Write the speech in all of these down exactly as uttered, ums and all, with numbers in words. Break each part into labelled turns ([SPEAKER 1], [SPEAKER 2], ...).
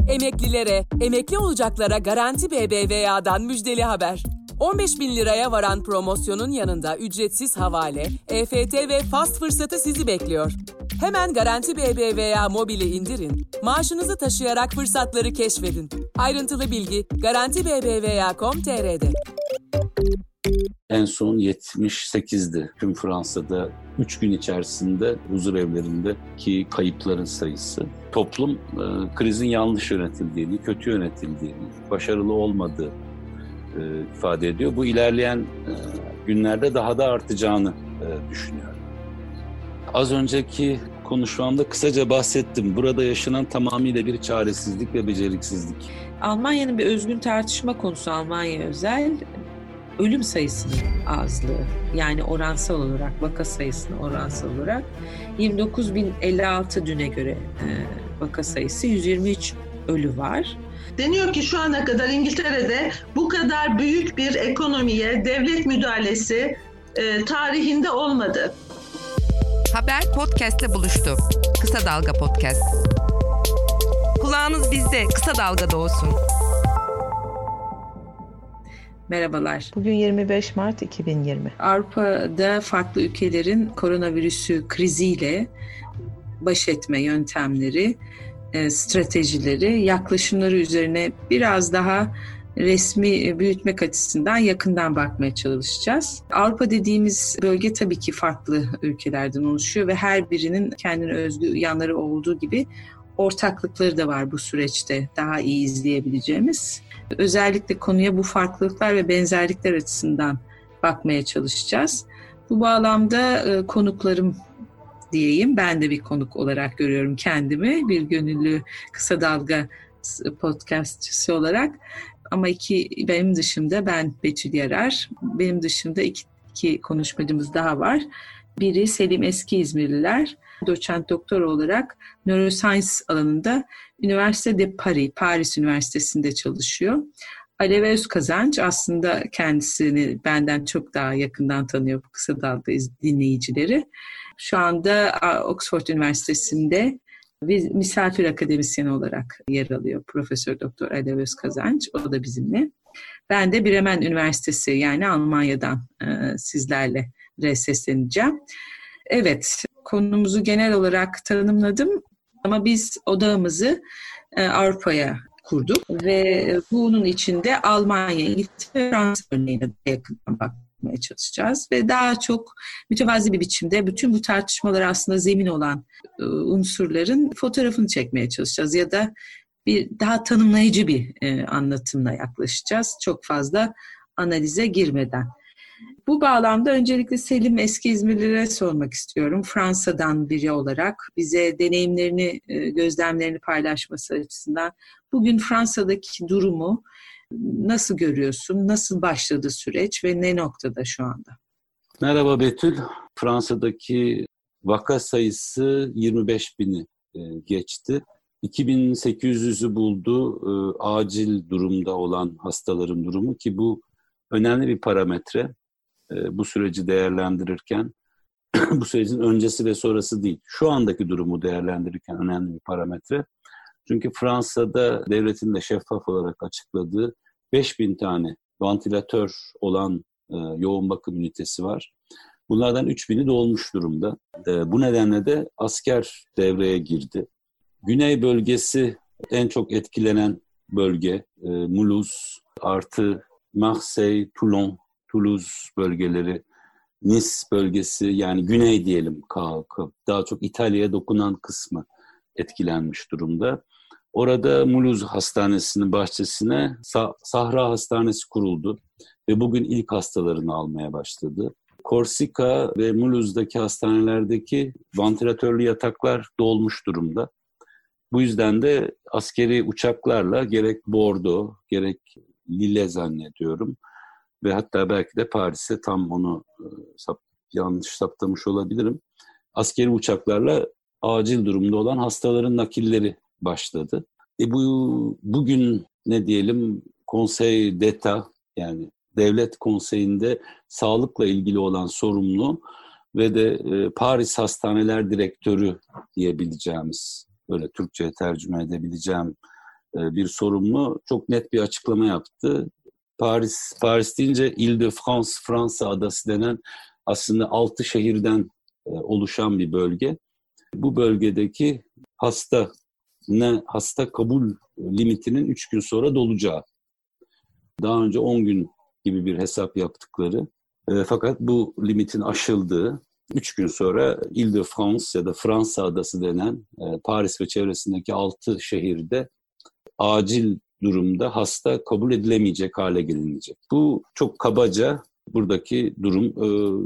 [SPEAKER 1] Emeklilere, emekli olacaklara Garanti B B V A'dan müjdeli haber. on beş bin liraya varan promosyonun yanında ücretsiz havale, E F T ve fast fırsatı sizi bekliyor. Hemen Garanti B B V A mobili indirin, maaşınızı taşıyarak fırsatları keşfedin. Ayrıntılı bilgi garanti b b v a nokta com nokta t r'de.
[SPEAKER 2] En son yetmiş sekizdi tüm Fransa'da üç gün içerisinde huzur evlerindeki kayıpların sayısı. Toplum e, krizin yanlış yönetildiğini, kötü yönetildiğini, başarılı olmadığı e, ifade ediyor. Bu ilerleyen e, günlerde daha da artacağını e, düşünüyorum. Az önceki konuşmamda kısaca bahsettim. Burada yaşanan tamamıyla bir çaresizlik ve beceriksizlik.
[SPEAKER 3] Almanya'nın bir özgün tartışma konusu, Almanya özel, ölüm sayısının azlığı. Yani oransal olarak, vaka sayısının oransal olarak yirmi dokuz bin elli altı düne göre e, vaka sayısı, yüz yirmi üç ölü var.
[SPEAKER 4] Deniyor ki şu ana kadar İngiltere'de bu kadar büyük bir ekonomiye devlet müdahalesi e, tarihinde olmadı.
[SPEAKER 5] Haber podcast'te buluştu. Kısa Dalga Podcast. Kulağınız bizde, Kısa Dalga'da olsun.
[SPEAKER 3] Merhabalar.
[SPEAKER 6] Bugün yirmi beş Mart iki bin yirmi.
[SPEAKER 3] Avrupa'da farklı ülkelerin koronavirüsü kriziyle baş etme yöntemleri, stratejileri, yaklaşımları üzerine biraz daha resmi büyütmek açısından yakından bakmaya çalışacağız. Avrupa dediğimiz bölge tabii ki farklı ülkelerden oluşuyor ve her birinin kendine özgü yanları olduğu gibi ortaklıkları da var bu süreçte daha iyi izleyebileceğimiz. Özellikle konuya bu farklılıklar ve benzerlikler açısından bakmaya çalışacağız. Bu bağlamda konuklarım diyeyim, ben de bir konuk olarak görüyorum kendimi, bir gönüllü Kısa Dalga podcastçısı olarak. Ama iki, benim dışımda ben Betül Yarar, benim dışımda iki, iki konuşmacımız daha var. Biri Selim Eski İzmirliler, doçent doktor olarak neuroscience alanında Üniversite de Paris, Paris Üniversitesi'nde çalışıyor. Alev Özkazanç aslında kendisini benden çok daha yakından tanıyor bu Kısa Dalga dinleyicileri. Şu anda Oxford Üniversitesi'nde misafir akademisyen olarak yer alıyor Profesör Doktor Alev Özkazanç. O da bizimle. Ben de Bremen Üniversitesi, yani Almanya'dan e, sizlerle sesleneceğim. Evet, konumuzu genel olarak tanımladım ama biz odağımızı e, Avrupa'ya kurduk ve bunun içinde Almanya, İngiltere, Fransa örneğine de yakından bakmaya çalışacağız ve daha çok mütevazi bir biçimde bütün bu tartışmalara aslında zemin olan e, unsurların fotoğrafını çekmeye çalışacağız ya da bir daha tanımlayıcı bir e, anlatımla yaklaşacağız. Çok fazla analize girmeden. Bu bağlamda öncelikle Selim Eski İzmirlilere sormak istiyorum. Fransa'dan biri olarak bize deneyimlerini, gözlemlerini paylaşması açısından bugün Fransa'daki durumu nasıl görüyorsun? Nasıl başladı süreç ve ne noktada şu anda?
[SPEAKER 2] Merhaba Betül. Fransa'daki vaka sayısı yirmi beş bini geçti. iki bin sekiz yüzü buldu acil durumda olan hastaların durumu, ki bu önemli bir parametre. Bu süreci değerlendirirken, bu sürecin öncesi ve sonrası değil, şu andaki durumu değerlendirirken önemli bir parametre. Çünkü Fransa'da devletin de şeffaf olarak açıkladığı beş bin tane vantilatör olan e, yoğun bakım ünitesi var. Bunlardan üç bini dolmuş durumda. E, bu nedenle de asker devreye girdi. Güney bölgesi en çok etkilenen bölge. E, Mulhouse artı Marseille, Toulon, Toulouse bölgeleri, Nice bölgesi, yani güney diyelim, daha çok İtalya'ya dokunan kısmı etkilenmiş durumda. Orada Mulhouse Hastanesi'nin bahçesine Sahra Hastanesi kuruldu ve bugün ilk hastalarını almaya başladı. Korsika ve Mulhouse'daki hastanelerdeki vantilatörlü yataklar dolmuş durumda. Bu yüzden de askeri uçaklarla gerek Bordeaux, gerek Lille zannediyorum ve hatta belki de Paris'e, tam onu e, sap, yanlış saptamış olabilirim, askeri uçaklarla acil durumda olan hastaların nakilleri başladı. E bu bugün ne diyelim, Konsey d'Etat, yani devlet konseyinde sağlıkla ilgili olan sorumlu ve de e, Paris Hastaneler Direktörü diyebileceğimiz, böyle Türkçe'ye tercüme edebileceğim bir sorumlu çok net bir açıklama yaptı. Paris, Paris deyince Île-de-France, Fransa adası denen aslında altı şehirden oluşan bir bölge. Bu bölgedeki hasta ne hasta kabul limitinin üç gün sonra dolacağı. Daha önce on gün gibi bir hesap yaptıkları. E, fakat bu limitin aşıldığı, üç gün sonra Île-de-France ya da Fransa adası denen e, Paris ve çevresindeki altı şehirde acil durumda hasta kabul edilemeyecek hale gelinecek. Bu çok kabaca buradaki durum. E,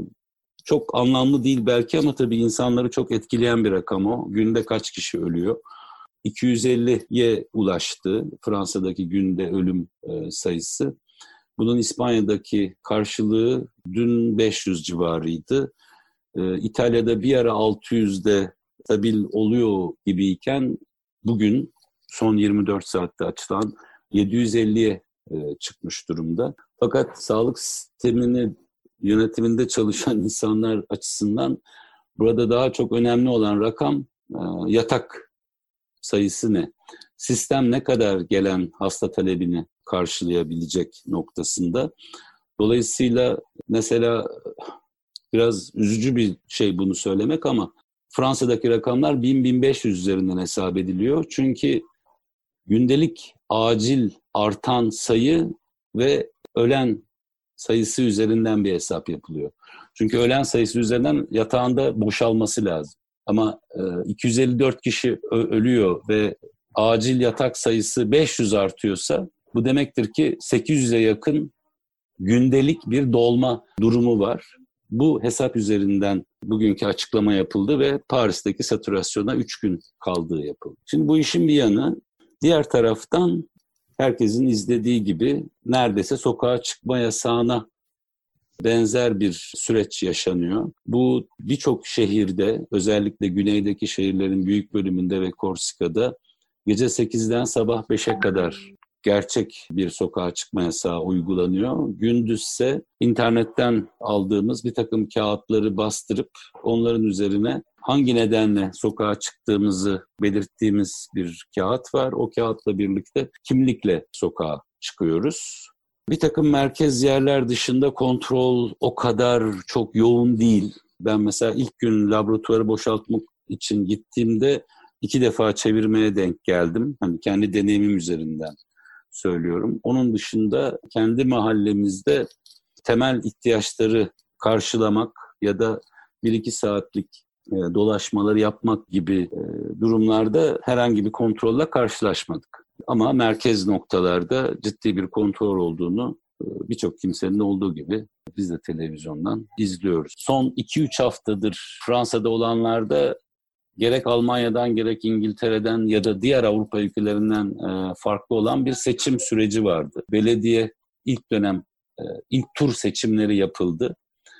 [SPEAKER 2] çok anlamlı değil belki ama tabii insanları çok etkileyen bir rakam o. Günde kaç kişi ölüyor? iki yüz elliye ulaştı Fransa'daki günde ölüm e, sayısı. Bunun İspanya'daki karşılığı dün beş yüz civarıydı. E, İtalya'da bir ara altı yüzde stabil oluyor gibiyken bugün son yirmi dört saatte açılan yedi yüz elliye e, çıkmış durumda. Fakat sağlık sistemini yönetiminde çalışan insanlar açısından burada daha çok önemli olan rakam e, yatak sayısı ne? Sistem ne kadar gelen hasta talebini karşılayabilecek noktasında. Dolayısıyla mesela biraz üzücü bir şey bunu söylemek ama Fransa'daki rakamlar bin bin beş yüz üzerinden hesap ediliyor. Çünkü gündelik acil artan sayı ve ölen sayısı üzerinden bir hesap yapılıyor. Çünkü ölen sayısı üzerinden yatağında boşalması lazım. Ama iki yüz elli dört kişi ölüyor ve acil yatak sayısı beş yüz artıyorsa bu demektir ki sekiz yüze yakın gündelik bir dolma durumu var. Bu hesap üzerinden bugünkü açıklama yapıldı ve Paris'teki satürasyona üç gün kaldığı yapıldı. Şimdi bu işin bir yanı, diğer taraftan herkesin izlediği gibi neredeyse sokağa çıkma yasağına benzer bir süreç yaşanıyor. Bu birçok şehirde, özellikle güneydeki şehirlerin büyük bölümünde ve Korsika'da gece sekizden sabah beşe kadar gerçek bir sokağa çıkma yasağı uygulanıyor. Gündüzse internetten aldığımız bir takım kağıtları bastırıp onların üzerine hangi nedenle sokağa çıktığımızı belirttiğimiz bir kağıt var. O kağıtla birlikte kimlikle sokağa çıkıyoruz. Bir takım merkez yerler dışında kontrol o kadar çok yoğun değil. Ben mesela ilk gün laboratuvarı boşaltmak için gittiğimde iki defa çevirmeye denk geldim. Hani kendi deneyimim üzerinden söylüyorum. Onun dışında kendi mahallemizde temel ihtiyaçları karşılamak ya da bir iki saatlik e, dolaşmaları yapmak gibi e, durumlarda herhangi bir kontrolle karşılaşmadık. Ama merkez noktalarda ciddi bir kontrol olduğunu e, birçok kimsenin olduğu gibi biz de televizyondan izliyoruz. Son iki üç haftadır Fransa'da olanlarda gerek Almanya'dan gerek İngiltere'den ya da diğer Avrupa ülkelerinden e, farklı olan bir seçim süreci vardı. Belediye ilk dönem e, ilk tur seçimleri yapıldı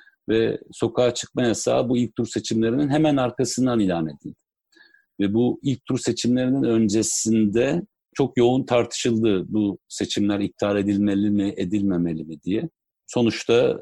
[SPEAKER 2] ve sokağa çıkma yasağı bu ilk tur seçimlerinin hemen arkasından ilan edildi. Ve bu ilk tur seçimlerinin öncesinde çok yoğun tartışıldı bu seçimler iptal edilmeli mi, edilmemeli mi diye. Sonuçta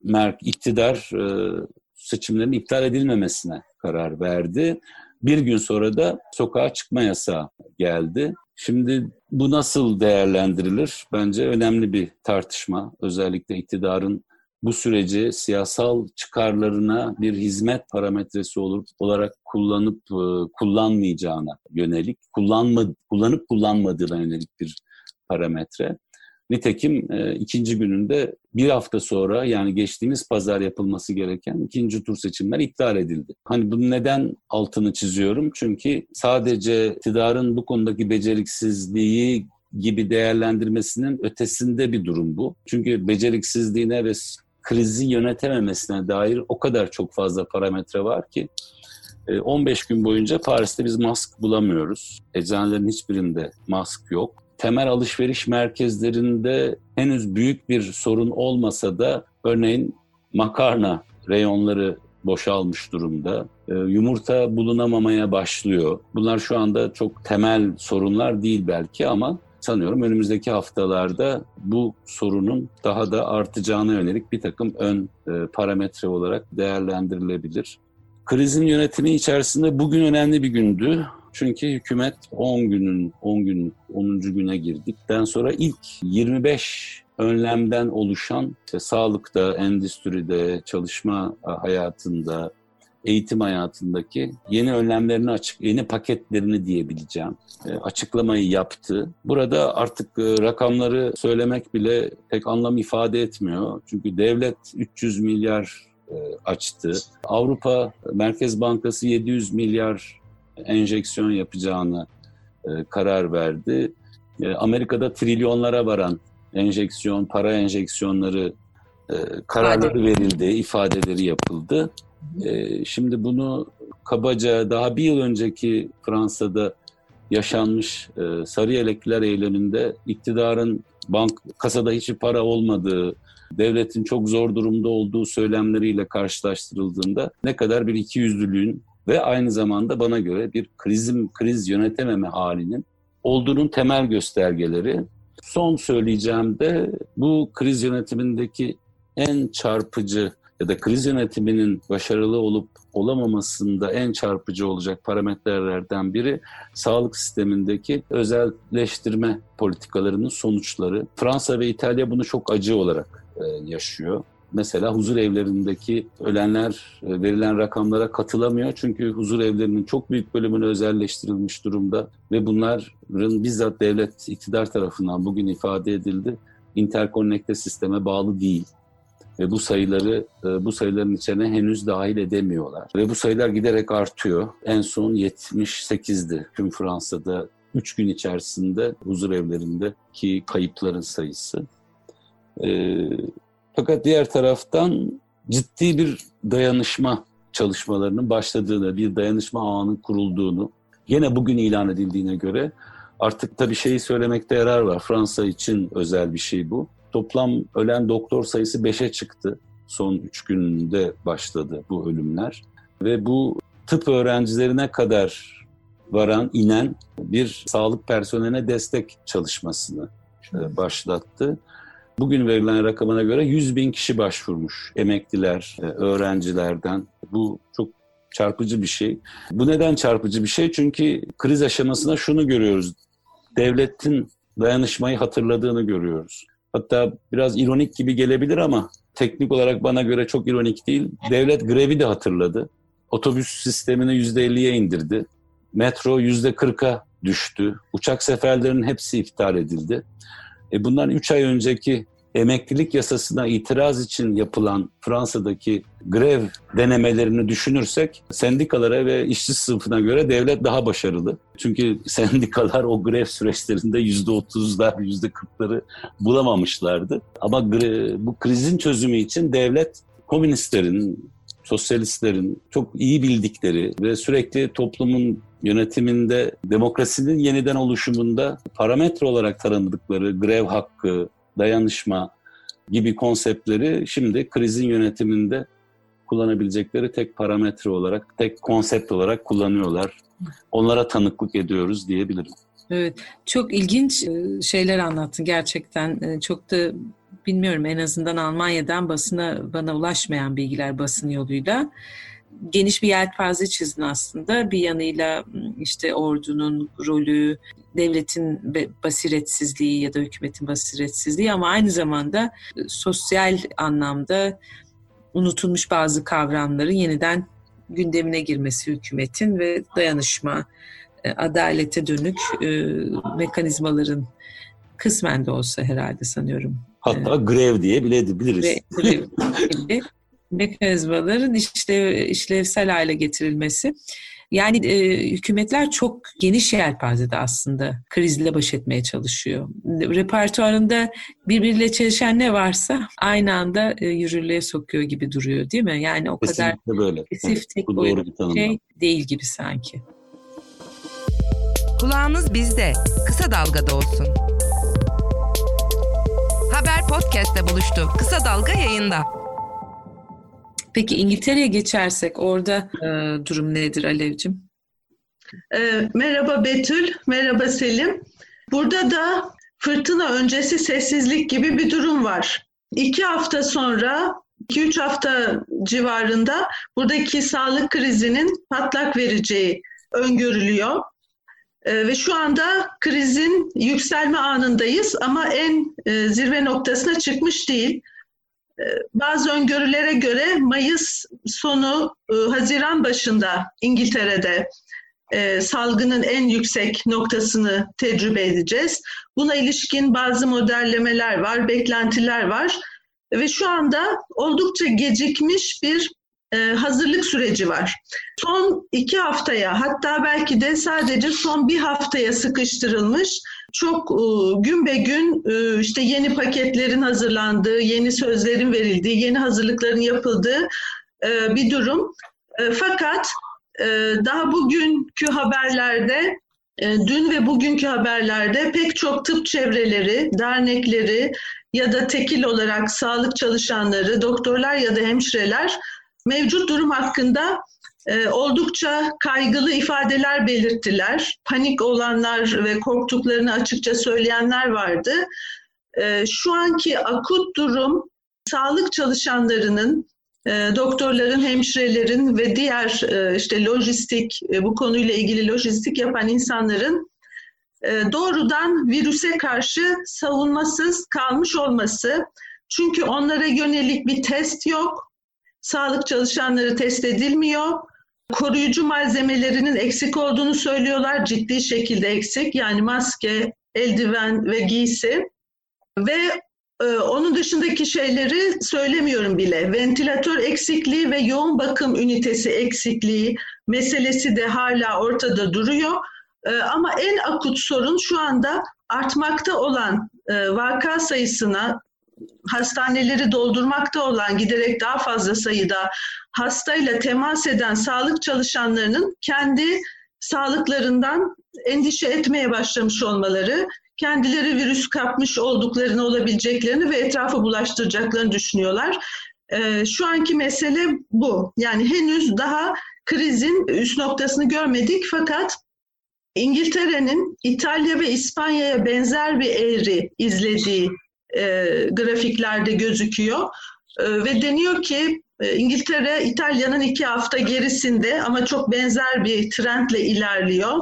[SPEAKER 2] iktidar e, seçimlerin iptal edilmemesine karar verdi. Bir gün sonra da sokağa çıkma yasağı geldi. Şimdi bu nasıl değerlendirilir? Bence önemli bir tartışma. Özellikle iktidarın bu süreci siyasal çıkarlarına bir hizmet parametresi olup olarak kullanıp kullanmayacağına yönelik, kullanma, kullanıp kullanmadığına yönelik bir parametre. Nitekim e, ikinci gününde bir hafta sonra yani geçtiğimiz pazar yapılması gereken ikinci tur seçimler iptal edildi. Hani bunu neden altını çiziyorum? Çünkü sadece iktidarın bu konudaki beceriksizliği gibi değerlendirmesinin ötesinde bir durum bu. Çünkü beceriksizliğine ve krizi yönetememesine dair o kadar çok fazla parametre var ki on beş gün boyunca Paris'te biz mask bulamıyoruz. Eczanelerin hiçbirinde mask yok. Temel alışveriş merkezlerinde henüz büyük bir sorun olmasa da örneğin makarna reyonları boşalmış durumda. E, yumurta bulunamamaya başlıyor. Bunlar şu anda çok temel sorunlar değil belki ama sanıyorum önümüzdeki haftalarda bu sorunun daha da artacağına yönelik bir takım ön e, parametre olarak değerlendirilebilir. Krizin yönetimi içerisinde bugün önemli bir gündü. Çünkü hükümet on günün on gün onuncu güne girdikten sonra ilk yirmi beş önlemden oluşan işte sağlıkta, endüstride, çalışma hayatında, eğitim hayatındaki yeni önlemlerini açık, yeni paketlerini diyebileceğim açıklamayı yaptı. Burada artık rakamları söylemek bile pek anlam ifade etmiyor. Çünkü devlet üç yüz milyar açtı. Avrupa Merkez Bankası yedi yüz milyar enjeksiyon yapacağını karar verdi. Amerika'da trilyonlara varan enjeksiyon, para enjeksiyonları kararları verildi, ifadeleri yapıldı. Şimdi bunu kabaca daha bir yıl önceki Fransa'da yaşanmış sarı yelekliler eyleminde iktidarın bank kasada hiçbir para olmadığı, devletin çok zor durumda olduğu söylemleriyle karşılaştırıldığında ne kadar bir ikiyüzlülüğün ve aynı zamanda bana göre bir krizim kriz yönetememe halinin olduğunun temel göstergeleri. Son söyleyeceğim de bu kriz yönetimindeki en çarpıcı ya da kriz yönetiminin başarılı olup olamamasında en çarpıcı olacak parametrelerden biri sağlık sistemindeki özelleştirme politikalarının sonuçları. Fransa ve İtalya bunu çok acı olarak yaşıyor. Mesela huzur evlerindeki ölenler verilen rakamlara katılamıyor. Çünkü huzur evlerinin çok büyük bölümünü özelleştirilmiş durumda ve bunların bizzat devlet iktidar tarafından bugün ifade edildi. Interkonnekte sisteme bağlı değil. Ve bu sayıları bu sayıların içine henüz dahil edemiyorlar. Ve bu sayılar giderek artıyor. En son yetmiş sekizdi tüm Fransa'da üç gün içerisinde huzur evlerindeki kayıpların sayısı. Ee, fakat diğer taraftan ciddi bir dayanışma çalışmalarının başladığını, bir dayanışma ağının kurulduğunu, yine bugün ilan edildiğine göre artık tabii şeyi söylemekte yarar var. Fransa için özel bir şey bu. Toplam ölen doktor sayısı beşe çıktı. Son üç günde başladı bu ölümler. Ve bu tıp öğrencilerine kadar varan, inen bir sağlık personeline destek çalışmasını başlattı. Bugün verilen rakamına göre yüz bin kişi başvurmuş. Emekliler, öğrencilerden. Bu çok çarpıcı bir şey. Bu neden çarpıcı bir şey? Çünkü kriz aşamasında şunu görüyoruz. Devletin dayanışmayı hatırladığını görüyoruz. Hatta biraz ironik gibi gelebilir ama teknik olarak bana göre çok ironik değil. Devlet grevi de hatırladı. Otobüs sistemini yüzde elliye indirdi. Metro yüzde kırka düştü. Uçak seferlerinin hepsi iptal edildi. E bundan üç ay önceki emeklilik yasasına itiraz için yapılan Fransa'daki grev denemelerini düşünürsek sendikalara ve işçi sınıfına göre devlet daha başarılı. Çünkü sendikalar o grev süreçlerinde yüzde otuzlar, yüzde kırkları bulamamışlardı. Ama gre- bu krizin çözümü için devlet komünistlerin, sosyalistlerin çok iyi bildikleri ve sürekli toplumun yönetiminde, demokrasinin yeniden oluşumunda parametre olarak tanımladıkları grev hakkı, dayanışma gibi konseptleri şimdi krizin yönetiminde kullanabilecekleri tek parametre olarak, tek konsept olarak kullanıyorlar. Onlara tanıklık ediyoruz diyebilirim.
[SPEAKER 3] Evet, çok ilginç şeyler anlattın gerçekten. Çok da bilmiyorum, en azından Almanya'dan basına bana ulaşmayan bilgiler basın yoluyla. Geniş bir yelpaze çizdin aslında. Bir yanıyla işte ordunun rolü, devletin basiretsizliği ya da hükümetin basiretsizliği ama aynı zamanda sosyal anlamda unutulmuş bazı kavramların yeniden gündemine girmesi hükümetin ve dayanışma, adalete dönük mekanizmaların kısmen de olsa herhalde sanıyorum.
[SPEAKER 2] Hatta grev diye bile biliriz.
[SPEAKER 3] Grev gibi mekanizmaların işlev, işlevsel hale getirilmesi. Yani e, hükümetler çok geniş yelpazede aslında krizle baş etmeye çalışıyor. Repertuarında birbiriyle çelişen ne varsa aynı anda e, yürürlüğe sokuyor gibi duruyor, değil mi? Yani o
[SPEAKER 2] kesinlikle
[SPEAKER 3] kadar
[SPEAKER 2] böyle.
[SPEAKER 3] kesif tek
[SPEAKER 2] Bu
[SPEAKER 3] boyutlu
[SPEAKER 2] doğru bir
[SPEAKER 3] şey değil gibi sanki.
[SPEAKER 5] Kulağınız bizde. Kısa Dalga'da olsun. Haber Podcast'te buluştu. Kısa Dalga yayında.
[SPEAKER 3] Peki İngiltere'ye geçersek orada e, durum nedir Alevcim?
[SPEAKER 4] E, merhaba Betül, merhaba Selim. Burada da fırtına öncesi sessizlik gibi bir durum var. İki hafta sonra, iki üç hafta civarında buradaki sağlık krizinin patlak vereceği öngörülüyor. E, ve şu anda krizin yükselme anındayız ama en e, zirve noktasına çıkmış değil. E, bazı öngörülere göre Mayıs sonu, e, Haziran başında İngiltere'de e, salgının en yüksek noktasını tecrübe edeceğiz. Buna ilişkin bazı modellemeler var, beklentiler var ve şu anda oldukça gecikmiş bir e, hazırlık süreci var. Son iki haftaya, hatta belki de sadece son bir haftaya sıkıştırılmış, çok e, gün be gün e, işte yeni paketlerin hazırlandığı, yeni sözlerin verildiği, yeni hazırlıkların yapıldığı e, bir durum. E, fakat e, daha bugünkü haberlerde, e, dün ve bugünkü haberlerde pek çok tıp çevreleri, dernekleri ya da tekil olarak sağlık çalışanları, doktorlar ya da hemşireler mevcut durum hakkında e, oldukça kaygılı ifadeler belirttiler. Panik olanlar ve korktuklarını açıkça söyleyenler vardı. E, şu anki akut durum sağlık çalışanlarının, e, doktorların, hemşirelerin ve diğer e, işte lojistik, e, bu konuyla ilgili lojistik yapan insanların e, doğrudan virüse karşı savunmasız kalmış olması. Çünkü onlara yönelik bir test yok. Sağlık çalışanları test edilmiyor. Koruyucu malzemelerinin eksik olduğunu söylüyorlar. Ciddi şekilde eksik. Yani maske, eldiven ve giysi. Ve e, onun dışındaki şeyleri söylemiyorum bile. Ventilatör eksikliği ve yoğun bakım ünitesi eksikliği meselesi de hala ortada duruyor. E, ama en akut sorun şu anda artmakta olan e, vaka sayısına, hastaneleri doldurmakta olan, giderek daha fazla sayıda hastayla temas eden sağlık çalışanlarının kendi sağlıklarından endişe etmeye başlamış olmaları, kendileri virüs kapmış olduklarını, olabileceklerini ve etrafa bulaştıracaklarını düşünüyorlar. Ee, şu anki mesele bu. Yani henüz daha krizin üst noktasını görmedik fakat İngiltere'nin İtalya ve İspanya'ya benzer bir eğri izlediği E, grafiklerde gözüküyor e, ve deniyor ki e, İngiltere İtalya'nın iki hafta gerisinde ama çok benzer bir trendle ilerliyor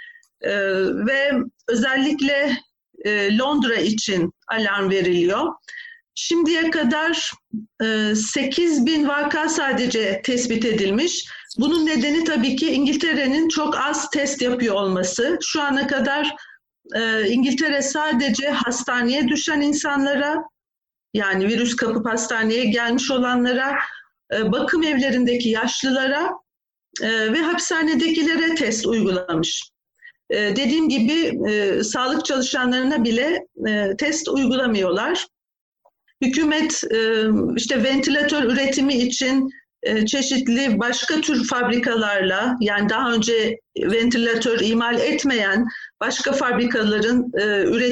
[SPEAKER 4] e, ve özellikle e, Londra için alarm veriliyor. Şimdiye kadar e, sekiz bin vaka sadece tespit edilmiş. Bunun nedeni tabii ki İngiltere'nin çok az test yapıyor olması. Şu ana kadar Ee, İngiltere sadece hastaneye düşen insanlara, yani virüs kapıp hastaneye gelmiş olanlara, e, bakım evlerindeki yaşlılara e, ve hapishanedekilere test uygulamış. E, dediğim gibi e, sağlık çalışanlarına bile e, test uygulamıyorlar. Hükümet e, işte ventilatör üretimi için e, çeşitli başka tür fabrikalarla, yani daha önce ventilatör imal etmeyen başka fabrikaların e,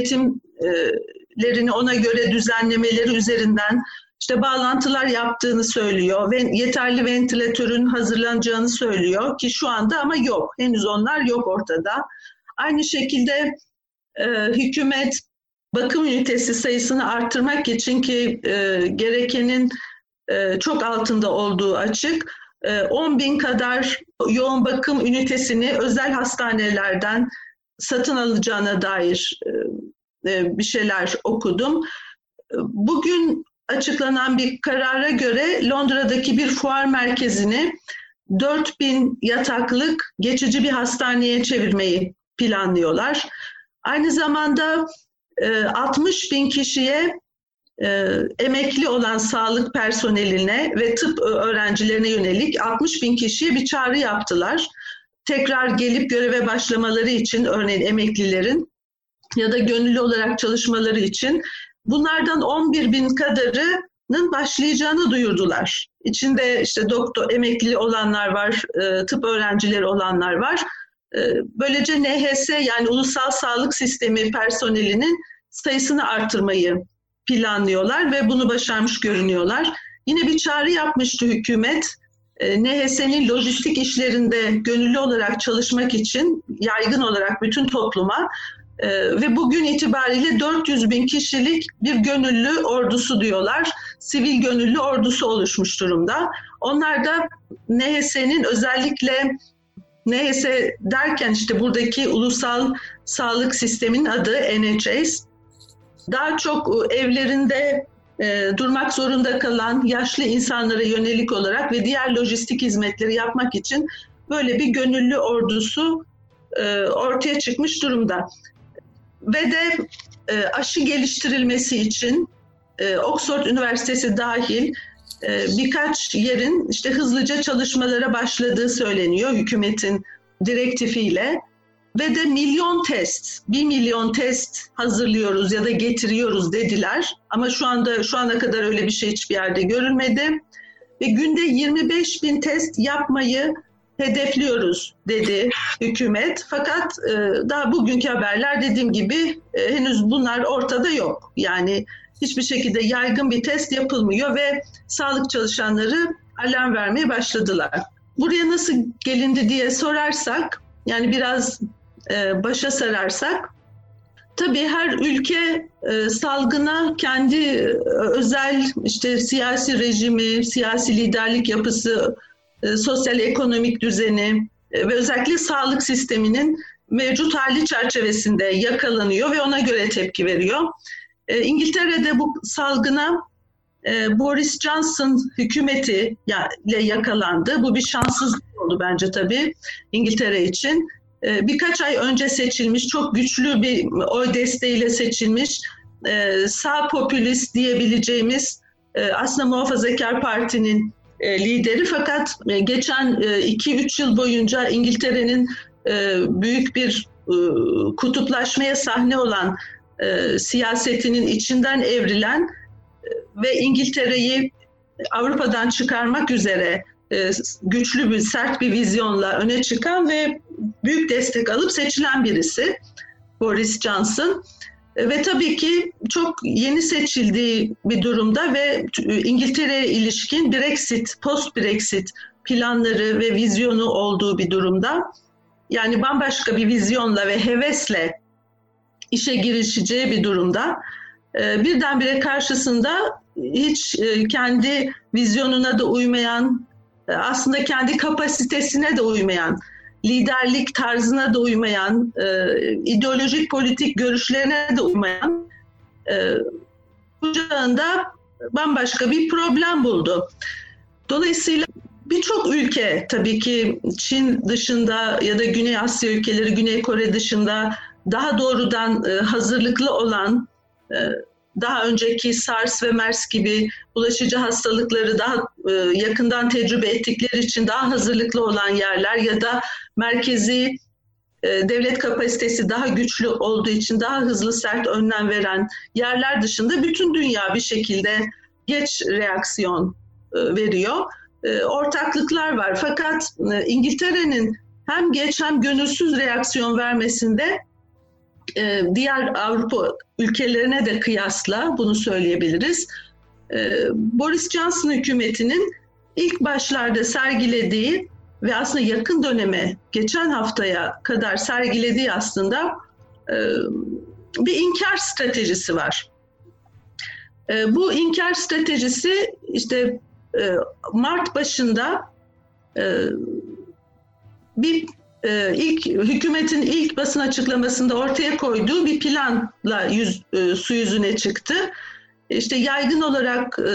[SPEAKER 4] üretimlerini ona göre düzenlemeleri üzerinden işte bağlantılar yaptığını söylüyor ve yeterli ventilatörün hazırlanacağını söylüyor ki şu anda ama yok. Henüz onlar yok ortada. Aynı şekilde e, hükümet bakım ünitesi sayısını arttırmak için ki e, gerekenin e, çok altında olduğu açık, e, on bin kadar yoğun bakım ünitesini özel hastanelerden satın alacağına dair e, bir şeyler okudum. Bugün açıklanan bir karara göre Londra'daki bir fuar merkezini dört bin yataklık geçici bir hastaneye çevirmeyi planlıyorlar. Aynı zamanda e, altmış bin kişiye e, emekli olan sağlık personeline ve tıp öğrencilerine yönelik altmış bin kişiye bir çağrı yaptılar. Tekrar gelip göreve başlamaları için, örneğin emeklilerin ya da gönüllü olarak çalışmaları için bunlardan on bir bin kadarının başlayacağını duyurdular. İçinde işte doktor, emekli olanlar var, tıp öğrencileri olanlar var. Böylece N H S, yani Ulusal Sağlık Sistemi personelinin sayısını artırmayı planlıyorlar ve bunu başarmış görünüyorlar. Yine bir çağrı yapmıştı hükümet. N H S'nin lojistik işlerinde gönüllü olarak çalışmak için yaygın olarak bütün topluma e, ve bugün itibariyle dört yüz bin kişilik bir gönüllü ordusu diyorlar. Sivil gönüllü ordusu oluşmuş durumda. Onlar da N H S'nin özellikle neyse derken işte buradaki ulusal sağlık sisteminin adı N H S. Daha çok evlerinde e, durmak zorunda kalan yaşlı insanlara yönelik olarak ve diğer lojistik hizmetleri yapmak için böyle bir gönüllü ordusu e, ortaya çıkmış durumda. Ve de e, aşı geliştirilmesi için e, Oxford Üniversitesi dahil e, birkaç yerin işte hızlıca çalışmalara başladığı söyleniyor hükümetin direktifiyle. Ve de milyon test, bir milyon test hazırlıyoruz ya da getiriyoruz dediler. Ama şu anda şu ana kadar öyle bir şey hiçbir yerde görülmedi. Ve günde yirmi beş bin test yapmayı hedefliyoruz dedi hükümet. Fakat e, daha bugünkü haberler dediğim gibi e, henüz bunlar ortada yok. Yani hiçbir şekilde yaygın bir test yapılmıyor ve sağlık çalışanları alarm vermeye başladılar. Buraya nasıl gelindi diye sorarsak, yani biraz e, başa sararsak, tabii her ülke e, salgına kendi e, özel işte siyasi rejimi, siyasi liderlik yapısı, e, sosyal ekonomik düzeni e, ve özellikle sağlık sisteminin mevcut hali çerçevesinde yakalanıyor ve ona göre tepki veriyor. E, İngiltere'de bu salgına e, Boris Johnson hükümeti ile yakalandı. Bu bir şanssızlık oldu bence tabii İngiltere için. E, birkaç ay önce seçilmiş, çok güçlü bir oy desteğiyle seçilmiş, e, sağ popülist diyebileceğimiz e, aslında Muhafazakar Parti'nin e, lideri. Fakat e, geçen iki üç yıl boyunca İngiltere'nin e, büyük bir e, kutuplaşmaya sahne olan e, siyasetinin içinden evrilen e, ve İngiltere'yi Avrupa'dan çıkarmak üzere e, güçlü bir, sert bir vizyonla öne çıkan ve büyük destek alıp seçilen birisi Boris Johnson. E, ve tabii ki çok yeni seçildiği bir durumda ve İngiltere'ye ilişkin Brexit, post-Brexit planları ve vizyonu olduğu bir durumda. Yani bambaşka bir vizyonla ve hevesle işe girişeceği bir durumda. E, birdenbire karşısında hiç e, kendi vizyonuna da uymayan, e, aslında kendi kapasitesine de uymayan, liderlik tarzına da uymayan, e, ideolojik politik görüşlerine de uymayan e, kucağında bambaşka bir problem buldu. Dolayısıyla birçok ülke, tabii ki Çin dışında ya da Güney Asya ülkeleri, Güney Kore dışında daha doğrudan e, hazırlıklı olan, e, daha önceki SARS ve MERS gibi bulaşıcı hastalıkları daha e, yakından tecrübe ettikleri için daha hazırlıklı olan yerler ya da merkezi e, devlet kapasitesi daha güçlü olduğu için daha hızlı sert önlem veren yerler dışında bütün dünya bir şekilde geç reaksiyon e, veriyor. E, ortaklıklar var. Fakat e, İngiltere'nin hem geç hem gönülsüz reaksiyon vermesinde e, diğer Avrupa ülkelerine de kıyasla bunu söyleyebiliriz. E, Boris Johnson hükümetinin ilk başlarda sergilediği ve aslında yakın döneme, geçen haftaya kadar sergilediği aslında e, bir inkar stratejisi var. E, bu inkar stratejisi işte e, Mart başında e, bir e, ilk hükümetin ilk basın açıklamasında ortaya koyduğu bir planla yüz, e, su yüzüne çıktı. İşte yaygın olarak e,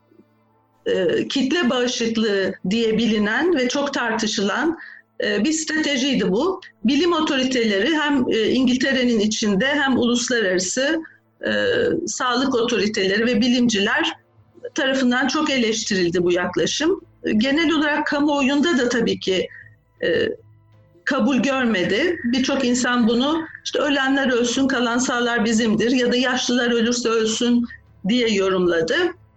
[SPEAKER 4] e, kitle bağışıklığı diye bilinen ve çok tartışılan e, bir stratejiydi bu. Bilim otoriteleri hem e, İngiltere'nin içinde hem uluslararası e, sağlık otoriteleri ve bilimciler tarafından çok eleştirildi bu yaklaşım. Genel olarak kamuoyunda da tabii ki e, kabul görmedi. Birçok insan bunu işte ölenler ölsün, kalan sağlar bizimdir ya da yaşlılar ölürse ölsün diye yorumladı.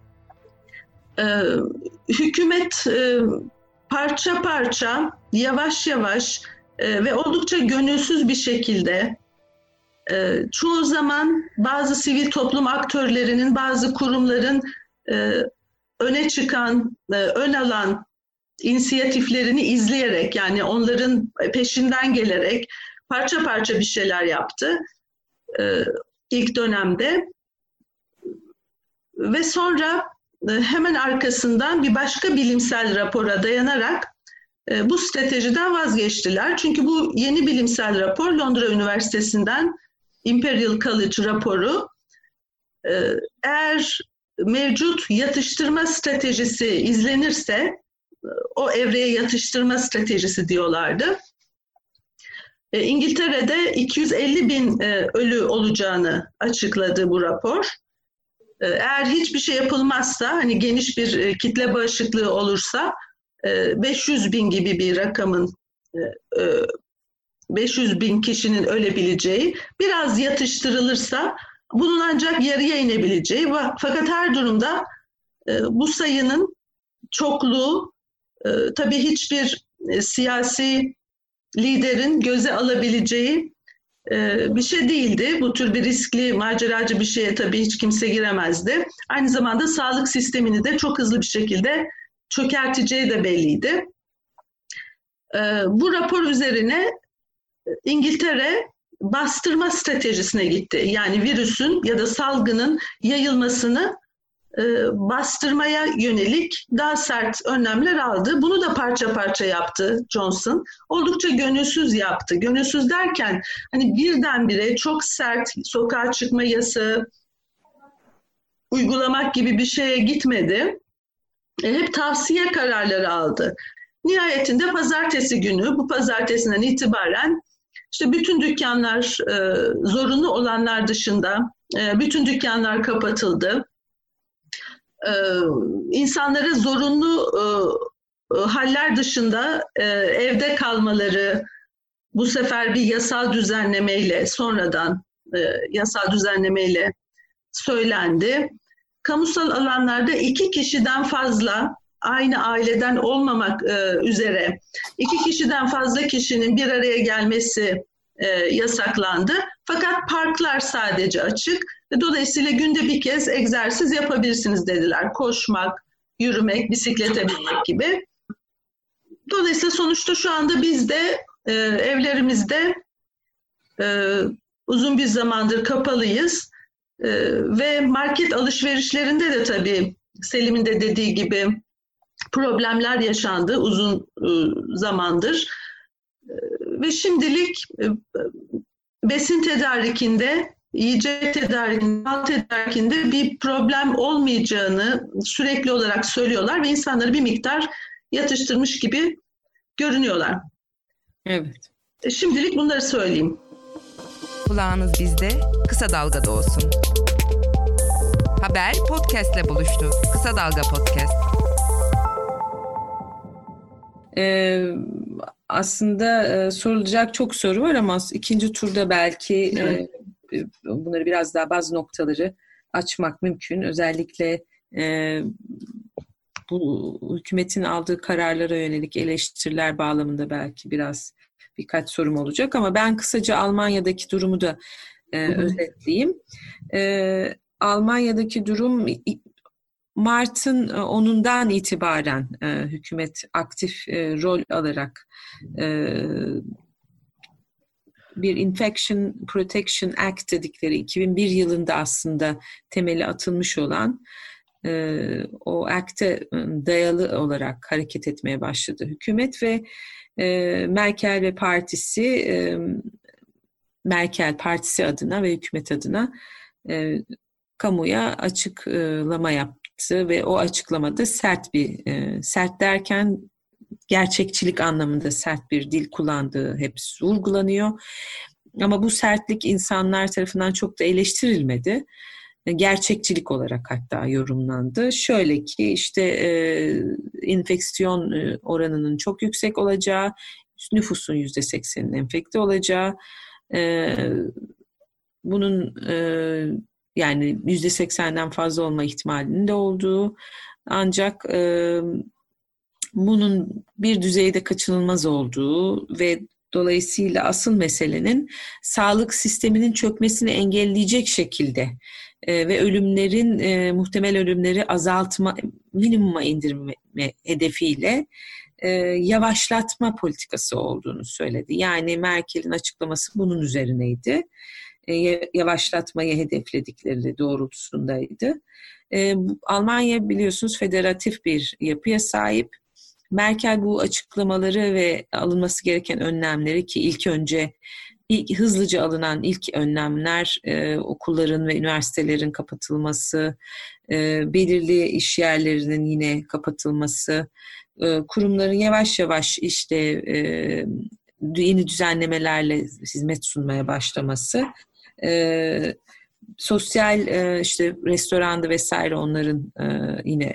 [SPEAKER 4] Ee, hükümet e, parça parça, yavaş yavaş e, ve oldukça gönülsüz bir şekilde e, çoğu zaman bazı sivil toplum aktörlerinin, bazı kurumların e, öne çıkan, e, ön alan inisiyatiflerini izleyerek, yani onların peşinden gelerek parça parça bir şeyler yaptı e, ilk dönemde. Ve sonra e, hemen arkasından bir başka bilimsel rapora dayanarak e, bu stratejiden vazgeçtiler. Çünkü bu yeni bilimsel rapor Londra Üniversitesi'nden Imperial College raporu, e, eğer mevcut yatıştırma stratejisi izlenirse, o evreye yatıştırma stratejisi diyorlardı, E, İngiltere'de iki yüz elli bin e, ölü olacağını açıkladı bu rapor. E, eğer hiçbir şey yapılmazsa, hani geniş bir e, kitle bağışıklığı olursa, e, beş yüz bin gibi bir rakamın, e, e, beş yüz bin kişinin ölebileceği, biraz yatıştırılırsa bunun ancak yarıya inebileceği, fakat her durumda e, bu sayının çokluğu e, tabii hiçbir e, siyasi liderin göze alabileceği e, bir şey değildi. Bu tür bir riskli, maceracı bir şeye tabii hiç kimse giremezdi. Aynı zamanda sağlık sistemini de çok hızlı bir şekilde çökerteceği de belliydi. E, bu rapor üzerine İngiltere bastırma stratejisine gitti. Yani virüsün ya da salgının yayılmasını e, bastırmaya yönelik daha sert önlemler aldı. Bunu da parça parça yaptı Johnson. Oldukça gönülsüz yaptı. Gönülsüz derken hani birdenbire çok sert sokağa çıkma yasağı uygulamak gibi bir şeye gitmedi. E, hep tavsiye kararları aldı. Nihayetinde pazartesi günü, bu pazartesinden itibaren İşte bütün dükkanlar, e, zorunlu olanlar dışında, e, bütün dükkanlar kapatıldı. E, insanlara zorunlu e, e, haller dışında e, evde kalmaları bu sefer bir yasal düzenlemeyle, sonradan e, yasal düzenlemeyle söylendi. Kamusal alanlarda iki kişiden fazla, aynı aileden olmamak e, üzere iki kişiden fazla kişinin bir araya gelmesi e, yasaklandı. Fakat parklar sadece açık ve dolayısıyla günde bir kez egzersiz yapabilirsiniz dediler. Koşmak, yürümek, bisiklete binmek gibi. Dolayısıyla sonuçta şu anda biz de e, evlerimizde e, uzun bir zamandır kapalıyız e, ve market alışverişlerinde de tabii Selim'in de dediği gibi problemler yaşandı uzun zamandır. Ve şimdilik besin tedarikinde, yiyecek tedarikinde, mal tedarikinde bir problem olmayacağını sürekli olarak söylüyorlar ve insanları bir miktar yatıştırmış gibi görünüyorlar.
[SPEAKER 3] Evet.
[SPEAKER 4] Şimdilik bunları söyleyeyim.
[SPEAKER 5] Kulağınız bizde, Kısa Dalga'da olsun. Haber podcast'le buluştu. Kısa Dalga Podcast.
[SPEAKER 3] Ee, aslında e, sorulacak çok soru var ama ikinci turda belki evet. e, bunları biraz daha bazı noktaları açmak mümkün. Özellikle e, bu hükümetin aldığı kararlara yönelik eleştiriler bağlamında belki biraz birkaç sorum olacak ama ben kısaca Almanya'daki durumu da e, özetleyeyim. E, Almanya'daki durum Mart'ın onundan itibaren e, hükümet aktif e, rol alarak e, bir Infection Protection Act dedikleri iki bin bir yılında aslında temeli atılmış olan e, o Act'e dayalı olarak hareket etmeye başladı hükümet ve e, Merkel ve partisi e, Merkel partisi adına ve hükümet adına e, kamuya açıklama yaptı ve o açıklamada sert bir, e, sert derken gerçekçilik anlamında sert bir dil kullandığı hep vurgulanıyor. Ama bu sertlik insanlar tarafından çok da eleştirilmedi. Gerçekçilik olarak hatta yorumlandı. Şöyle ki işte e, enfeksiyon oranının çok yüksek olacağı, nüfusun yüzde sekseninin enfekte olacağı, e, bunun e, yani yüzde seksenden fazla olma ihtimalinin de olduğu, ancak e, bunun bir düzeyde kaçınılmaz olduğu ve dolayısıyla asıl meselenin sağlık sisteminin çökmesini engelleyecek şekilde e, ve ölümlerin e, muhtemel ölümleri azaltma, minimuma indirme hedefiyle e, yavaşlatma politikası olduğunu söyledi. Yani Merkel'in açıklaması bunun üzerineydi. Yavaşlatmayı hedefledikleri doğrultusundaydı. Almanya biliyorsunuz federatif bir yapıya sahip Merkel bu açıklamaları ve alınması gereken önlemleri, ki ilk önce ilk, hızlıca alınan ilk önlemler e, okulların ve üniversitelerin kapatılması, e, belirli iş yerlerinin yine kapatılması, e, kurumların yavaş yavaş işte e, yeni düzenlemelerle hizmet sunmaya başlaması, e, sosyal e, işte restoranda vesaire onların e, yine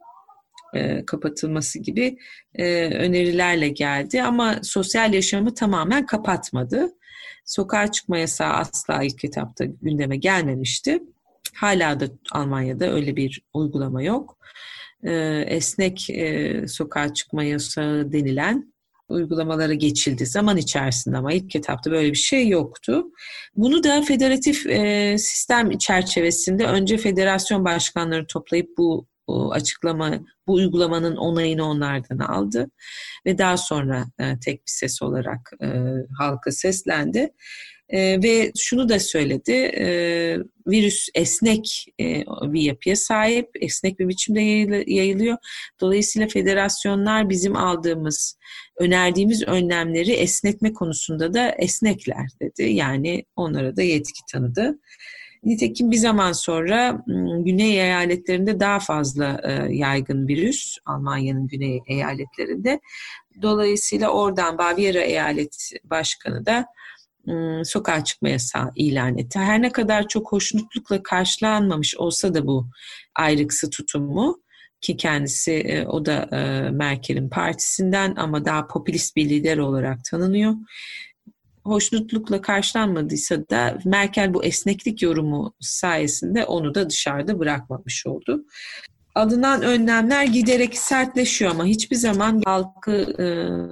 [SPEAKER 3] e, kapatılması gibi e, önerilerle geldi. Ama sosyal yaşamı tamamen kapatmadı. Sokağa çıkma yasağı asla ilk etapta gündeme gelmemişti. Hala da Almanya'da öyle bir uygulama yok. E, esnek e, sokağa çıkma yasağı denilen uygulamalara geçildi zaman içerisinde, ama ilk etapta böyle bir şey yoktu. Bunu da federatif e, sistem çerçevesinde önce federasyon başkanları toplayıp bu o açıklama, bu uygulamanın onayını onlardan aldı ve daha sonra e, tek bir ses olarak e, halka seslendi. E, ve şunu da söyledi, e, virüs esnek e, bir yapıya sahip, esnek bir biçimde yayılıyor. Dolayısıyla federasyonlar bizim aldığımız, önerdiğimiz önlemleri esnetme konusunda da esnekler dedi. Yani onlara da yetki tanıdı. Nitekim bir zaman sonra güney eyaletlerinde daha fazla e, yaygın virüs, Almanya'nın güney eyaletlerinde. Dolayısıyla oradan Bavyera eyalet başkanı da e, sokağa çıkma yasağı ilan etti. Her ne kadar çok hoşnutlukla karşılanmamış olsa da bu ayrıksı tutumu, ki kendisi e, o da e, Merkel'in partisinden ama daha popülist bir lider olarak tanınıyor. Hoşnutlukla karşılanmadıysa da Merkel bu esneklik yorumu sayesinde onu da dışarıda bırakmamış oldu. Alınan önlemler giderek sertleşiyor ama hiçbir zaman halkı e,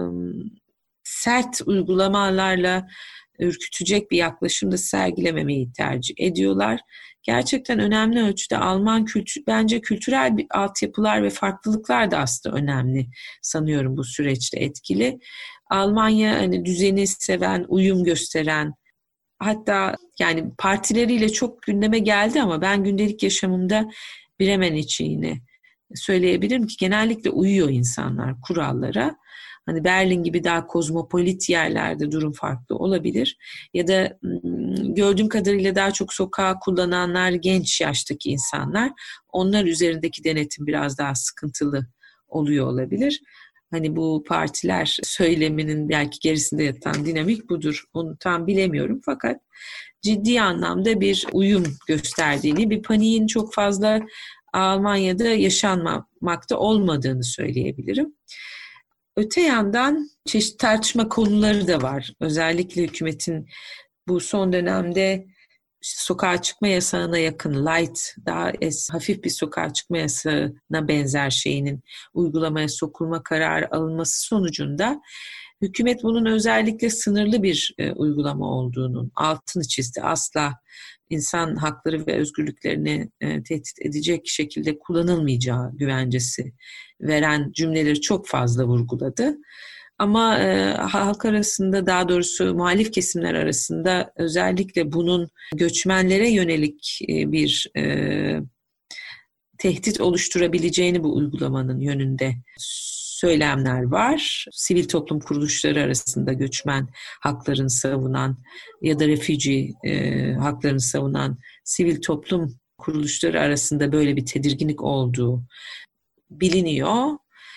[SPEAKER 3] sert uygulamalarla ürkütecek bir yaklaşım da sergilememeyi tercih ediyorlar. Gerçekten önemli ölçüde Alman kültür, bence kültürel bir altyapılar ve farklılıklar da aslında önemli sanıyorum bu süreçte etkili. Almanya hani düzeni seven, uyum gösteren, hatta yani partileriyle çok gündeme geldi ama ben gündelik yaşamımda Bremen için yine söyleyebilirim ki genellikle uyuyor insanlar kurallara. Hani Berlin gibi daha kozmopolit yerlerde durum farklı olabilir. Ya da gördüğüm kadarıyla daha çok sokağı kullananlar genç yaştaki insanlar. Onlar üzerindeki denetim biraz daha sıkıntılı oluyor olabilir. Hani bu partiler söyleminin belki gerisinde yatan dinamik budur. Onu tam bilemiyorum fakat ciddi anlamda bir uyum gösterdiğini, bir paniğin çok fazla Almanya'da yaşanmamakta olmadığını söyleyebilirim. Öte yandan çeşitli tartışma konuları da var. Özellikle hükümetin bu son dönemde işte sokağa çıkma yasağına yakın light, daha es, hafif bir sokağa çıkma yasağına benzer şeyinin uygulamaya sokulma kararı alınması sonucunda hükümet bunun özellikle sınırlı bir e, uygulama olduğunun altını çizdi. Asla insan hakları ve özgürlüklerini e, tehdit edecek şekilde kullanılmayacağı güvencesi veren cümleleri çok fazla vurguladı. Ama e, halk arasında, daha doğrusu muhalif kesimler arasında özellikle bunun göçmenlere yönelik e, bir e, tehdit oluşturabileceğini bu uygulamanın yönünde söylemler var. Sivil toplum kuruluşları arasında göçmen haklarını savunan ya da refugee e, haklarını savunan sivil toplum kuruluşları arasında böyle bir tedirginlik olduğu biliniyor.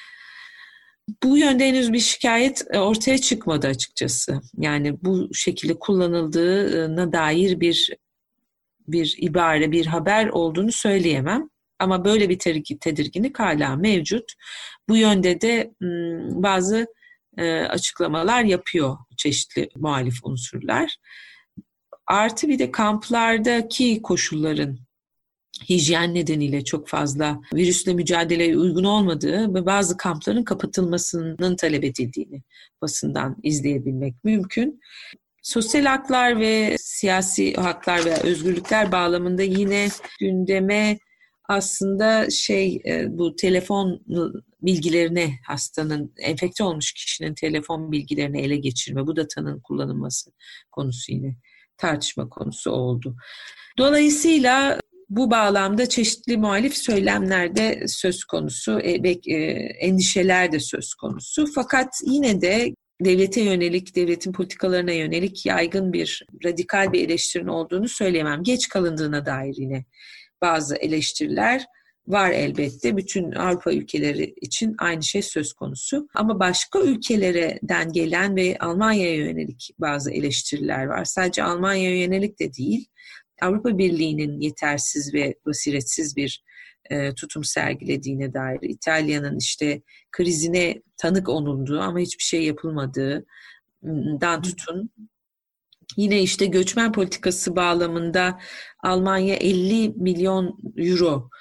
[SPEAKER 3] Bu yönde henüz bir şikayet ortaya çıkmadı açıkçası. Yani bu şekilde kullanıldığına dair bir bir ibare, bir haber olduğunu söyleyemem. Ama böyle bir tedirginlik hala mevcut. Bu yönde de bazı açıklamalar yapıyor çeşitli muhalif unsurlar. Artı bir de kamplardaki koşulların hijyen nedeniyle çok fazla virüsle mücadeleye uygun olmadığı ve bazı kampların kapatılmasının talep edildiğini basından izleyebilmek mümkün. Sosyal haklar ve siyasi haklar ve özgürlükler bağlamında yine gündeme aslında şey bu telefon bilgilerini, hastanın, enfekte olmuş kişinin telefon bilgilerini ele geçirme, bu datanın kullanılması konusu yine tartışma konusu oldu. Dolayısıyla Bu bağlamda çeşitli muhalif söylemler de söz konusu, endişeler de söz konusu. Fakat yine de devlete yönelik, devletin politikalarına yönelik yaygın bir, radikal bir eleştirinin olduğunu söyleyemem. Geç kalındığına dair yine bazı eleştiriler var elbette. Bütün Avrupa ülkeleri için aynı şey söz konusu. Ama başka ülkelerden gelen ve Almanya'ya yönelik bazı eleştiriler var. Sadece Almanya'ya yönelik de değil. Avrupa Birliği'nin yetersiz ve basiretsiz bir e, tutum sergilediğine dair, İtalya'nın işte krizine tanık olunduğu ama hiçbir şey yapılmadığından tutun. Yine işte göçmen politikası bağlamında Almanya elli milyon euro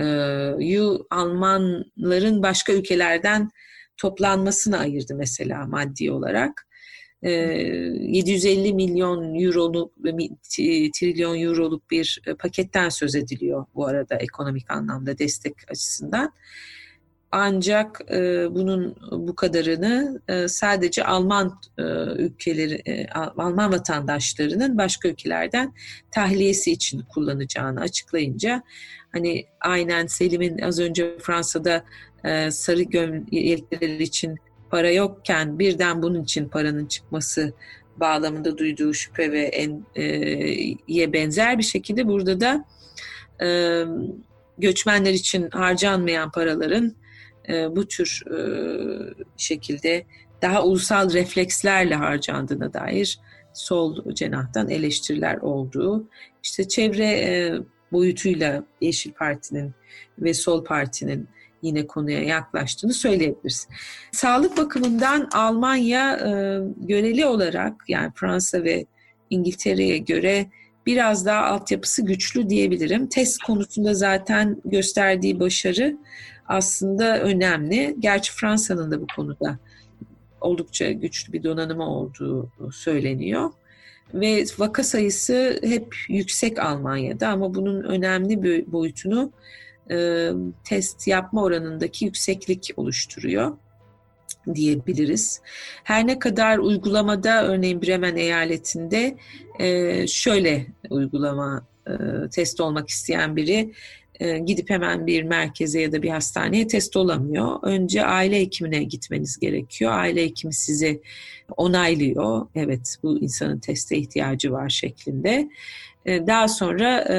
[SPEAKER 3] yu Almanların başka ülkelerden toplanmasına ayırdı mesela maddi olarak. yedi yüz elli milyon euroluk, trilyon euroluk bir paketten söz ediliyor bu arada ekonomik anlamda destek açısından. Ancak e, bunun bu kadarını e, sadece Alman e, ülkeleri, e, Alman vatandaşlarının başka ülkelerden tahliyesi için kullanacağını açıklayınca, hani aynen Selim'in az önce Fransa'da e, sarı gömlekler için para yokken birden bunun için paranın çıkması bağlamında duyduğu şüphe ve en, e, ye benzer bir şekilde burada da e, göçmenler için harcanmayan paraların e, bu tür e, şekilde daha ulusal reflekslerle harcandığına dair sol cenahtan eleştiriler olduğu, işte çevre e, boyutuyla Yeşil Parti'nin ve Sol Parti'nin yine konuya yaklaştığını söyleyebiliriz. Sağlık bakımından Almanya e, göreli olarak, yani Fransa ve İngiltere'ye göre biraz daha altyapısı güçlü diyebilirim. Test konusunda zaten gösterdiği başarı aslında önemli. Gerçi Fransa'nın da bu konuda oldukça güçlü bir donanımı olduğu söyleniyor. Ve vaka sayısı hep yüksek Almanya'da, ama bunun önemli bir boyutunu e, test yapma oranındaki yükseklik oluşturuyor diyebiliriz. Her ne kadar uygulamada, örneğin Bremen eyaletinde e, şöyle uygulama, e, test olmak isteyen biri e, gidip hemen bir merkeze ya da bir hastaneye test olamıyor. Önce aile hekimine gitmeniz gerekiyor. Aile hekimi sizi onaylıyor. Evet, bu insanın teste ihtiyacı var şeklinde. E, daha sonra e,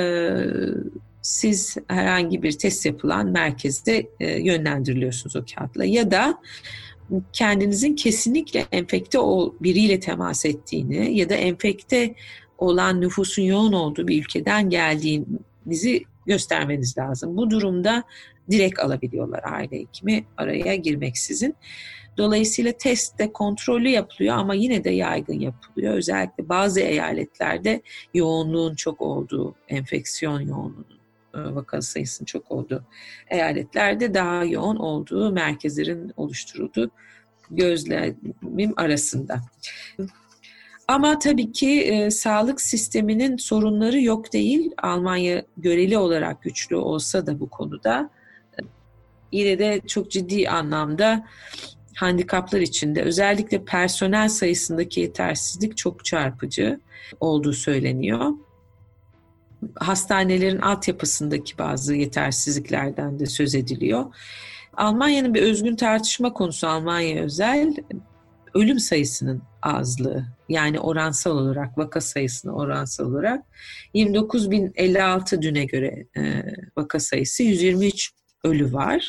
[SPEAKER 3] siz herhangi bir test yapılan merkezde e, yönlendiriliyorsunuz o kağıtla. Ya da kendinizin kesinlikle enfekte o biriyle temas ettiğini ya da enfekte olan nüfusun yoğun olduğu bir ülkeden geldiğinizi göstermeniz lazım. Bu durumda direkt alabiliyorlar aile hekimi araya girmeksizin. Dolayısıyla test de kontrollü yapılıyor ama yine de yaygın yapılıyor. Özellikle bazı eyaletlerde yoğunluğun çok olduğu, enfeksiyon yoğunluğunun, vaka sayısının çok olduğu eyaletlerde daha yoğun olduğu merkezlerin oluşturulduğu gözlemim arasında. Ama tabii ki e, sağlık sisteminin sorunları yok değil. Almanya göreli olarak güçlü olsa da bu konuda e, yine de çok ciddi anlamda handikaplar içinde, özellikle personel sayısındaki yetersizlik çok çarpıcı olduğu söyleniyor. Hastanelerin altyapısındaki bazı yetersizliklerden de söz ediliyor. Almanya'nın bir özgün tartışma konusu, Almanya özel, ölüm sayısının azlığı. Yani oransal olarak, vaka sayısına oransal olarak yirmi dokuz bin elli altı düne göre e, vaka sayısı, yüz yirmi üç ölü var.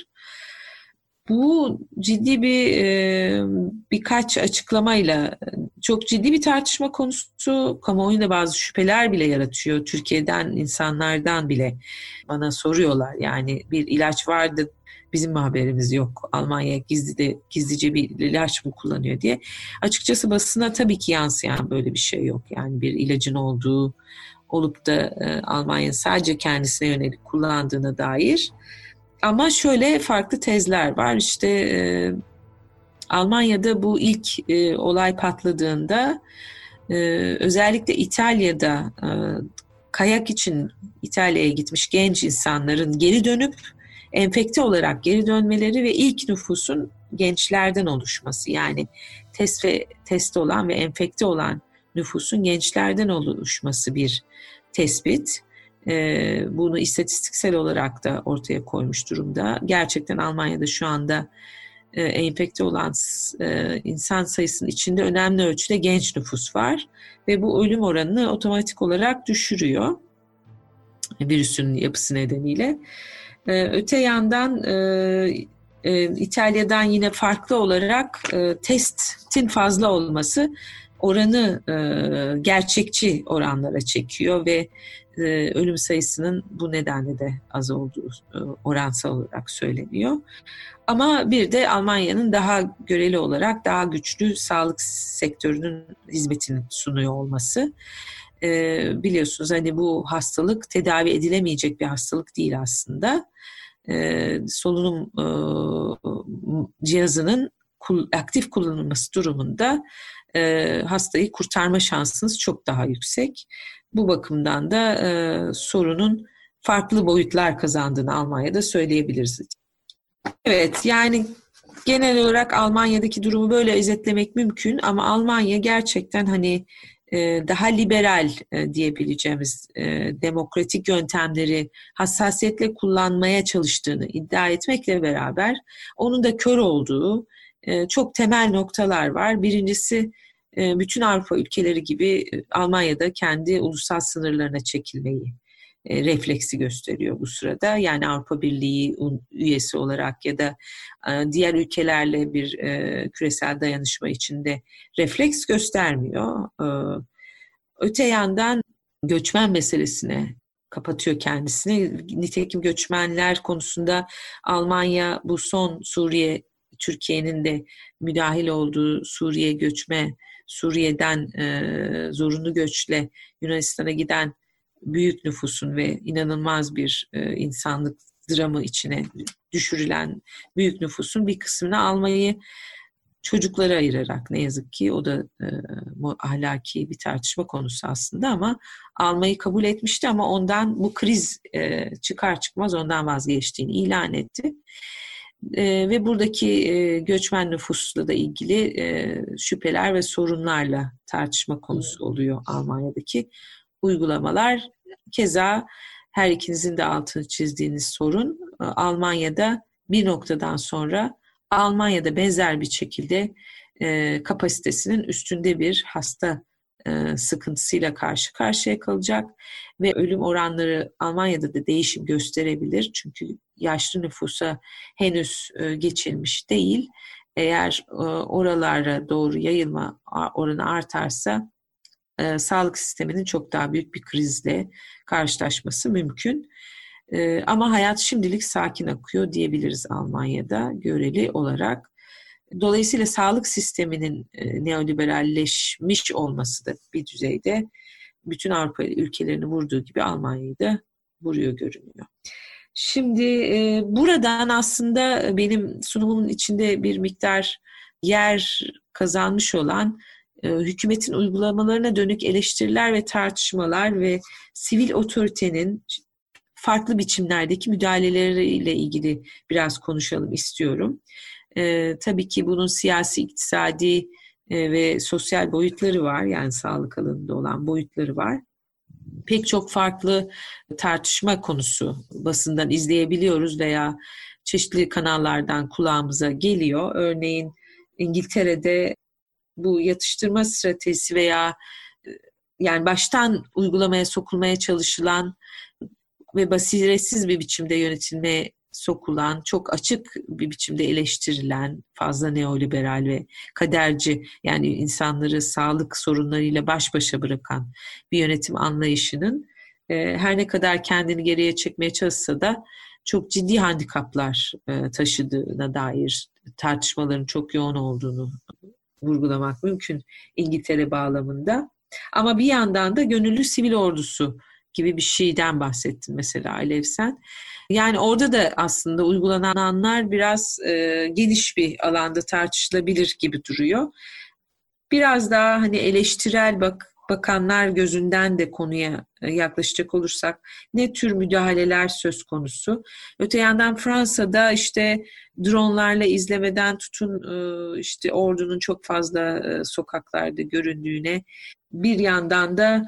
[SPEAKER 3] Bu ciddi bir e, birkaç açıklamayla çok ciddi bir tartışma konusu. Kamuoyunda bazı şüpheler bile yaratıyor. Türkiye'den insanlardan bile bana soruyorlar. Yani bir ilaç vardı, bizim mi haberimiz yok? Almanya gizli de, gizlice bir ilaç mı kullanıyor diye. Açıkçası basına tabii ki yansıyan böyle bir şey yok. Yani bir ilacın olduğu olup da e, Almanya'nın sadece kendisine yönelik kullandığına dair. Ama şöyle farklı tezler var. İşte e, Almanya'da bu ilk e, olay patladığında e, özellikle İtalya'da e, kayak için İtalya'ya gitmiş genç insanların geri dönüp enfekte olarak geri dönmeleri ve ilk nüfusun gençlerden oluşması, yani test ve test olan ve enfekte olan nüfusun gençlerden oluşması bir tespit. e, bunu istatistiksel olarak da ortaya koymuş durumda. Gerçekten Almanya'da şu anda e, enfekte olan e, insan sayısının içinde önemli ölçüde genç nüfus var ve bu ölüm oranını otomatik olarak düşürüyor virüsün yapısı nedeniyle. E, öte yandan e, e, İtalya'dan yine farklı olarak e, testin fazla olması oranı e, gerçekçi oranlara çekiyor ve e, ölüm sayısının bu nedenle de az olduğu e, oransal olarak söyleniyor. Ama bir de Almanya'nın daha göreli olarak daha güçlü sağlık sektörünün hizmetini sunuyor olması. E, biliyorsunuz hani bu hastalık tedavi edilemeyecek bir hastalık değil aslında. E, solunum e, cihazının kul, aktif kullanılması durumunda e, hastayı kurtarma şansınız çok daha yüksek. Bu bakımdan da e, sorunun farklı boyutlar kazandığını Almanya'da söyleyebiliriz. Evet, yani genel olarak Almanya'daki durumu böyle özetlemek mümkün ama Almanya gerçekten hani e, daha liberal e, diyebileceğimiz e, demokratik yöntemleri hassasiyetle kullanmaya çalıştığını iddia etmekle beraber onun da kör olduğu e, çok temel noktalar var. Birincisi e, bütün Avrupa ülkeleri gibi e, Almanya'da kendi ulusal sınırlarına çekilmeyi e, refleksi gösteriyor bu sırada. Yani Avrupa Birliği üyesi olarak ya da e, diğer ülkelerle bir e, küresel dayanışma içinde refleks göstermiyor. E, öte yandan göçmen meselesine kapatıyor kendisini. Nitekim göçmenler konusunda Almanya bu son Suriye, Türkiye'nin de müdahil olduğu Suriye göçme, Suriye'den e, zorunlu göçle Yunanistan'a giden büyük nüfusun ve inanılmaz bir e, insanlık dramı içine düşürülen büyük nüfusun bir kısmını almayı çocuklara ayırarak, ne yazık ki o da e, ahlaki bir tartışma konusu aslında ama almayı kabul etmişti ama ondan bu kriz e, çıkar çıkmaz ondan vazgeçtiğini ilan etti. E, ve buradaki e, göçmen nüfusla da ilgili e, şüpheler ve sorunlarla tartışma konusu oluyor Almanya'daki uygulamalar. Keza her ikinizin de altını çizdiğiniz sorun e, Almanya'da bir noktadan sonra Almanya'da benzer bir şekilde e, kapasitesinin üstünde bir hasta e, sıkıntısıyla karşı karşıya kalacak ve ölüm oranları Almanya'da da değişim gösterebilir. Çünkü yaşlı nüfusa henüz e, geçilmiş değil. Eğer e, oralara doğru yayılma oranı artarsa e, sağlık sisteminin çok daha büyük bir krizle karşılaşması mümkün. E, ama hayat şimdilik sakin akıyor diyebiliriz Almanya'da göreli olarak. Dolayısıyla sağlık sisteminin e, neoliberalleşmiş olması da bir düzeyde bütün Avrupa ülkelerini vurduğu gibi Almanya'yı da vuruyor görünüyor. Şimdi e, buradan aslında benim sunumumun içinde bir miktar yer kazanmış olan e, hükümetin uygulamalarına dönük eleştiriler ve tartışmalar ve sivil otoritenin farklı biçimlerdeki müdahaleleriyle ilgili biraz konuşalım istiyorum. E, tabii ki bunun siyasi, iktisadi e, ve sosyal boyutları var. Yani sağlık alanında olan boyutları var. Pek çok farklı tartışma konusu basından izleyebiliyoruz veya çeşitli kanallardan kulağımıza geliyor. Örneğin İngiltere'de bu yatıştırma stratejisi veya yani baştan uygulamaya sokulmaya çalışılan ve basiretsiz bir biçimde yönetilmeye sokulan, çok açık bir biçimde eleştirilen, fazla neoliberal ve kaderci, yani insanları sağlık sorunlarıyla baş başa bırakan bir yönetim anlayışının e, her ne kadar kendini geriye çekmeye çalışsa da çok ciddi handikaplar e, taşıdığına dair tartışmaların çok yoğun olduğunu vurgulamak mümkün İngiltere bağlamında. Ama bir yandan da gönüllü sivil ordusu gibi bir şeyden bahsettin mesela Alev sen. Yani orada da aslında uygulananlar biraz e, geniş bir alanda tartışılabilir gibi duruyor. Biraz daha hani eleştirel bak bakanlar gözünden de konuya yaklaşacak olursak ne tür müdahaleler söz konusu? Öte yandan Fransa'da işte dronlarla izlemeden tutun işte ordunun çok fazla sokaklarda göründüğüne, bir yandan da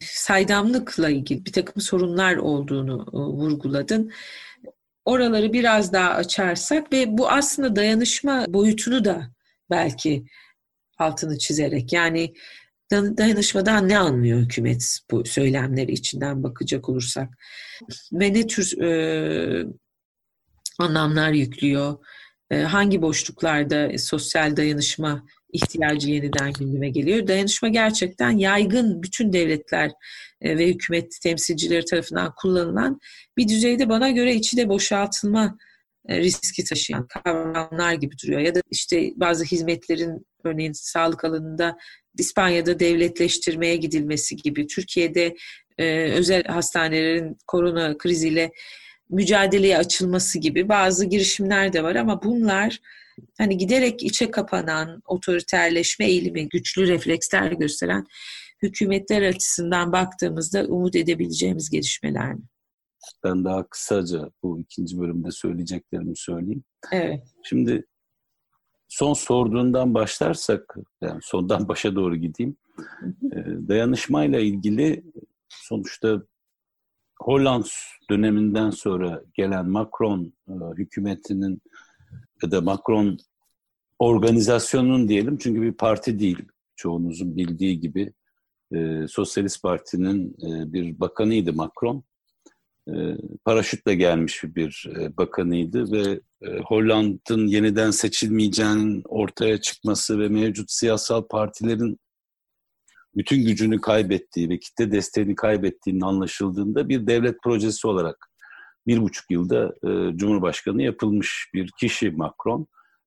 [SPEAKER 3] saydamlıkla ilgili bir takım sorunlar olduğunu vurguladın. Oraları biraz daha açarsak ve bu aslında dayanışma boyutunu da belki altını çizerek, yani dayanışmadan ne anlıyor hükümet bu söylemleri içinden bakacak olursak ve ne tür e, anlamlar yüklüyor, e, hangi boşluklarda e, sosyal dayanışma ihtiyacı yeniden gündeme geliyor. Dayanışma gerçekten yaygın, bütün devletler e, ve hükümet temsilcileri tarafından kullanılan bir düzeyde bana göre içi de boşaltılma e, riski taşıyan kavramlar gibi duruyor. Ya da işte bazı hizmetlerin, örneğin sağlık alanında İspanya'da devletleştirmeye gidilmesi gibi, Türkiye'de e, özel hastanelerin korona kriziyle mücadeleye açılması gibi bazı girişimler de var ama bunlar hani giderek içe kapanan, otoriterleşme eğilimi, güçlü refleksler gösteren hükümetler açısından baktığımızda umut edebileceğimiz gelişmeler mi?
[SPEAKER 2] Ben daha kısaca bu ikinci bölümde söyleyeceklerimi söyleyeyim.
[SPEAKER 3] Evet.
[SPEAKER 2] Şimdi son sorduğundan başlarsak, yani sondan başa doğru gideyim. Dayanışmayla ilgili sonuçta Hollande döneminden sonra gelen Macron hükümetinin ya da Macron organizasyonunun diyelim, çünkü bir parti değil, çoğunuzun bildiği gibi e, Sosyalist Parti'nin e, bir bakanıydı Macron. E, paraşütle gelmiş bir e, bakanıydı ve e, Hollande'ın yeniden seçilmeyeceğinin ortaya çıkması ve mevcut siyasal partilerin bütün gücünü kaybettiği ve kitle desteğini kaybettiğinin anlaşıldığında bir devlet projesi olarak bir buçuk yılda e, Cumhurbaşkanı yapılmış bir kişi Macron.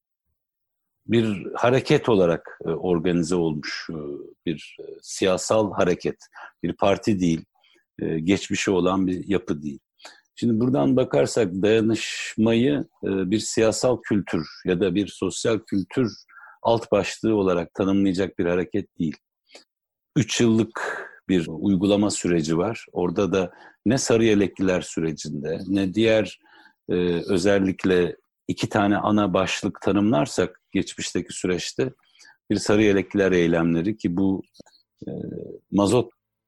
[SPEAKER 2] Bir hareket olarak e, organize olmuş e, bir e, siyasal hareket, bir parti değil, e, geçmişi olan bir yapı değil. Şimdi buradan bakarsak dayanışmayı e, bir siyasal kültür ya da bir sosyal kültür alt başlığı olarak tanımlayacak bir hareket değil. Üç yıllık bir uygulama süreci var. Orada da ne sarı yelekliler sürecinde ne diğer e, özellikle iki tane ana başlık tanımlarsak geçmişteki süreçte bir sarı yelekliler eylemleri, ki bu e, mazot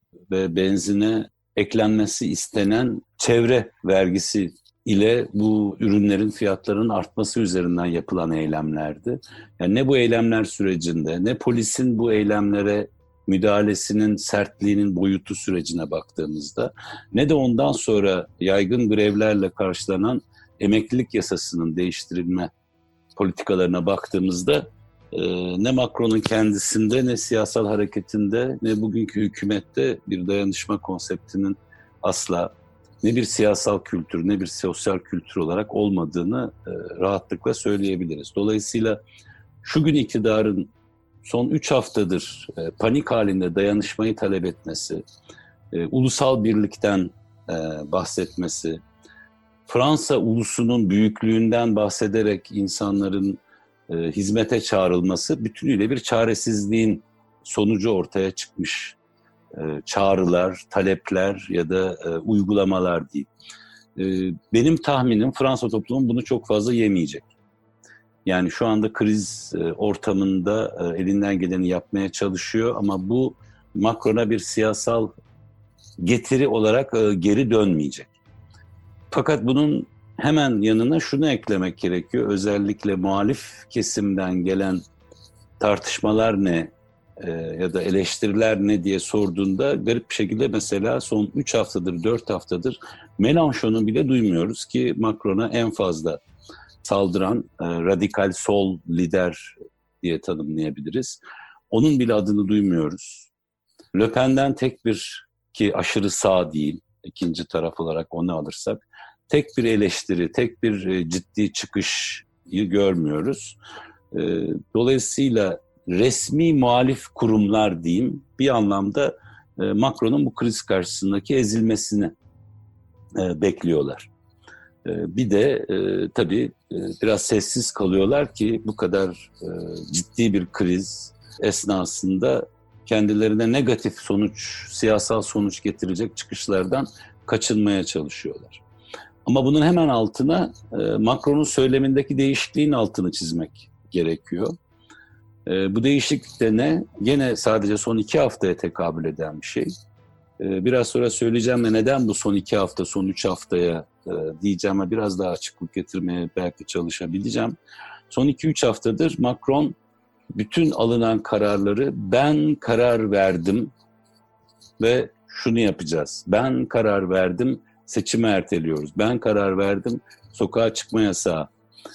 [SPEAKER 2] ve benzine eklenmesi istenen çevre vergisi ile bu ürünlerin fiyatlarının artması üzerinden yapılan eylemlerdi. Yani ne bu eylemler sürecinde ne polisin bu eylemlere müdahalesinin sertliğinin boyutu sürecine baktığımızda ne de ondan sonra yaygın grevlerle karşılanan emeklilik yasasının değiştirilme politikalarına baktığımızda e, ne Macron'un kendisinde ne siyasal hareketinde ne bugünkü hükümette bir dayanışma konseptinin asla ne bir siyasal kültür ne bir sosyal kültür olarak olmadığını e, rahatlıkla söyleyebiliriz. Dolayısıyla şu gün iktidarın son üç haftadır e, panik halinde dayanışmayı talep etmesi, e, ulusal birlikten e, bahsetmesi, Fransa ulusunun büyüklüğünden bahsederek insanların e, hizmete çağrılması bütünüyle bir çaresizliğin sonucu ortaya çıkmış e, çağrılar, talepler ya da e, uygulamalar değil. E, benim tahminim Fransa toplumu bunu çok fazla yemeyecek. Yani şu anda kriz e, ortamında e, elinden geleni yapmaya çalışıyor ama bu Macron'a bir siyasal getiri olarak e, geri dönmeyecek. Fakat bunun hemen yanına şunu eklemek gerekiyor. Özellikle muhalif kesimden gelen tartışmalar ne e, ya da eleştiriler ne diye sorduğunda garip bir şekilde mesela son üç haftadır, dört haftadır Mélenchon'u bile duymuyoruz ki Macron'a en fazla saldıran e, radikal sol lider diye tanımlayabiliriz. Onun bile adını duymuyoruz. Le Pen'den tek bir, ki aşırı sağ değil, ikinci taraf olarak onu alırsak, tek bir eleştiri, tek bir e, ciddi çıkışı görmüyoruz. E, dolayısıyla resmi muhalif kurumlar diyeyim bir anlamda e, Macron'un bu kriz karşısındaki ezilmesini e, bekliyorlar. E, bir de e, tabii e, biraz sessiz kalıyorlar ki bu kadar e, ciddi bir kriz esnasında kendilerine negatif sonuç, siyasal sonuç getirecek çıkışlardan kaçınmaya çalışıyorlar. Ama bunun hemen altına e, Macron'un söylemindeki değişikliğin altını çizmek gerekiyor. E, bu değişiklik de ne? Gene sadece son iki haftaya tekabül eden bir şey. Biraz sonra söyleyeceğim ve neden bu son iki hafta, son üç haftaya diyeceğime biraz daha açıklık getirmeye belki çalışabileceğim. Son iki üç haftadır Macron bütün alınan kararları ben karar verdim ve şunu yapacağız. Ben karar verdim, seçimi erteliyoruz. Ben karar verdim, sokağa çıkma yasağı.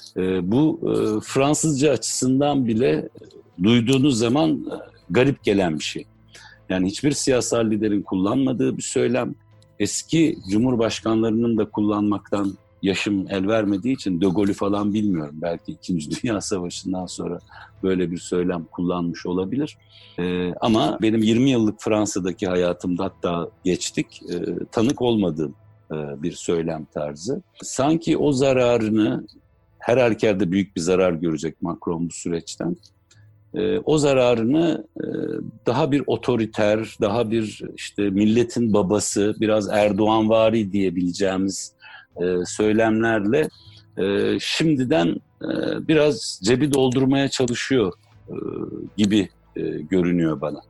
[SPEAKER 2] Bu Fransızca açısından bile duyduğunuz zaman garip gelen bir şey. Yani hiçbir siyasal liderin kullanmadığı bir söylem. Eski cumhurbaşkanlarının da kullanmaktan yaşım el vermediği için De Gaulle'ü falan bilmiyorum. Belki İkinci Dünya Savaşı'ndan sonra böyle bir söylem kullanmış olabilir. Ee, ama benim yirmi yıllık Fransa'daki hayatımda hatta geçtik, e, tanık olmadığım e, bir söylem tarzı. Sanki o zararını, her halükarda büyük bir zarar görecek Macron bu süreçten. Ee, o zararını e, daha bir otoriter, daha bir işte milletin babası, biraz Erdoğanvari diyebileceğimiz e, söylemlerle e, şimdiden e, biraz cebi doldurmaya çalışıyor e, gibi e, görünüyor bana.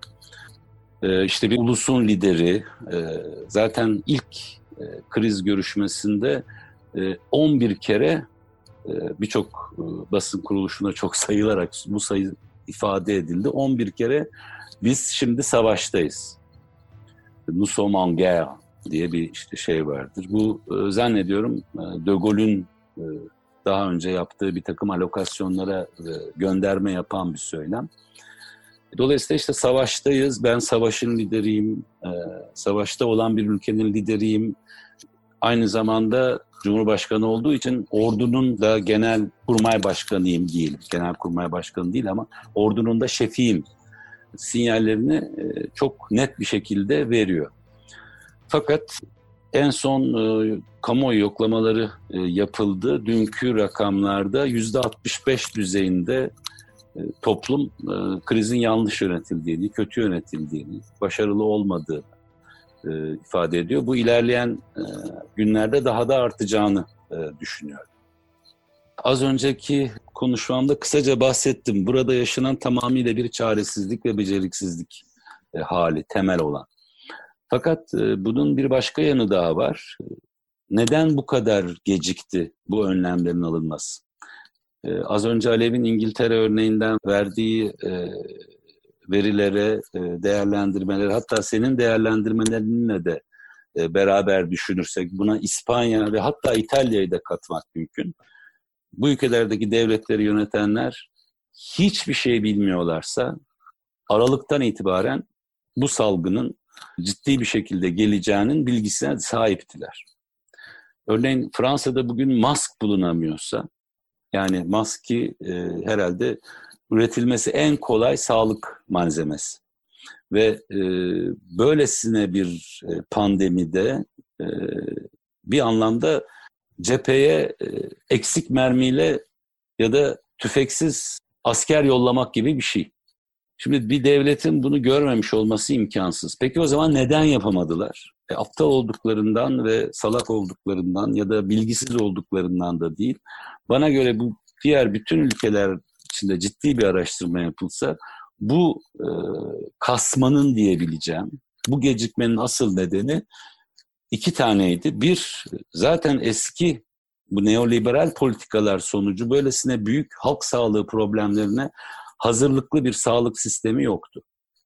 [SPEAKER 2] E, işte bir ulusun lideri, e, zaten ilk e, kriz görüşmesinde e, on bir kere e, birçok e, basın kuruluşuna çok sayılarak bu sayı ifade edildi. on bir kere biz şimdi savaştayız. Nous sommes en guerre diye bir işte şey vardır. Bu e, zannediyorum e, De Gaulle'ün e, daha önce yaptığı bir takım alokasyonlara e, gönderme yapan bir söylem. Dolayısıyla işte savaştayız, ben savaşın lideriyim, e, savaşta olan bir ülkenin lideriyim. Aynı zamanda Cumhurbaşkanı olduğu için ordunun da genel kurmay başkanıyım diyelim. Genel kurmay başkanı değil ama ordunun da şefiyim sinyallerini çok net bir şekilde veriyor. Fakat en son e, kamuoyu yoklamaları e, yapıldı. Dünkü rakamlarda yüzde altmış beş düzeyinde e, toplum e, krizin yanlış yönetildiğini, kötü yönetildiğini, başarılı olmadığını E, ifade ediyor. Bu ilerleyen e, günlerde daha da artacağını e, düşünüyorum. Az önceki konuşmamda kısaca bahsettim. Burada yaşanan tamamıyla bir çaresizlik ve beceriksizlik e, hali, temel olan. Fakat e, bunun bir başka yanı daha var. Neden bu kadar gecikti bu önlemlerin alınması? E, az önce Alev'in İngiltere örneğinden verdiği e, verilere, değerlendirmelere, hatta senin değerlendirmelerinle de beraber düşünürsek buna İspanya ve hatta İtalya'yı da katmak mümkün. Bu ülkelerdeki devletleri yönetenler hiçbir şey bilmiyorlarsa Aralık'tan itibaren bu salgının ciddi bir şekilde geleceğinin bilgisine sahiptiler. Örneğin Fransa'da bugün mask bulunamıyorsa, yani maski e, herhalde üretilmesi en kolay sağlık malzemesi. Ve e, böylesine bir e, pandemide e, bir anlamda cepheye e, eksik mermiyle ya da tüfeksiz asker yollamak gibi bir şey. Şimdi bir devletin bunu görmemiş olması imkansız. Peki o zaman neden yapamadılar? E, aptal olduklarından ve salak olduklarından ya da bilgisiz olduklarından da değil. Bana göre bu diğer bütün ülkeler içinde ciddi bir araştırma yapılsa bu e, kasmanın diyebileceğim, bu gecikmenin asıl nedeni iki taneydi. Bir, zaten eski bu neoliberal politikalar sonucu böylesine büyük halk sağlığı problemlerine hazırlıklı bir sağlık sistemi yoktu.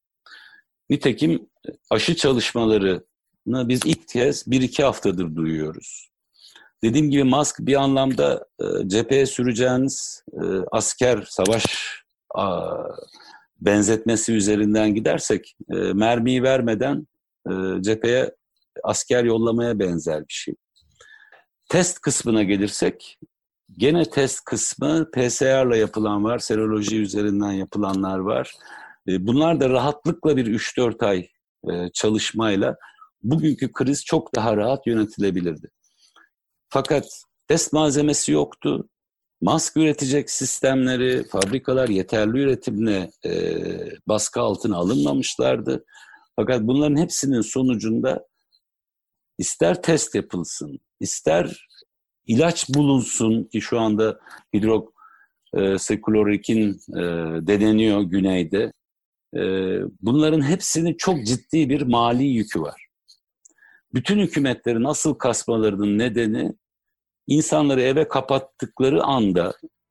[SPEAKER 2] Nitekim aşı çalışmalarını biz ilk kez bir iki haftadır duyuyoruz. Dediğim gibi mask bir anlamda e, cepheye süreceğiniz e, asker, savaş a, benzetmesi üzerinden gidersek e, mermiyi vermeden e, cepheye asker yollamaya benzer bir şey. Test kısmına gelirsek gene test kısmı P C R'la yapılan var, seroloji üzerinden yapılanlar var. E, bunlar da rahatlıkla bir üç dört ay e, çalışmayla bugünkü kriz çok daha rahat yönetilebilirdi. Fakat test malzemesi yoktu. Maske üretecek sistemleri, fabrikalar yeterli üretimle e, baskı altına alınmamışlardı. Fakat bunların hepsinin sonucunda ister test yapılsın, ister ilaç bulunsun ki şu anda hidroksiklorokin e, deneniyor güneyde. E, bunların hepsinin çok ciddi bir mali yükü var. Bütün hükümetlerin asıl kasmalarının nedeni insanları eve kapattıkları anda,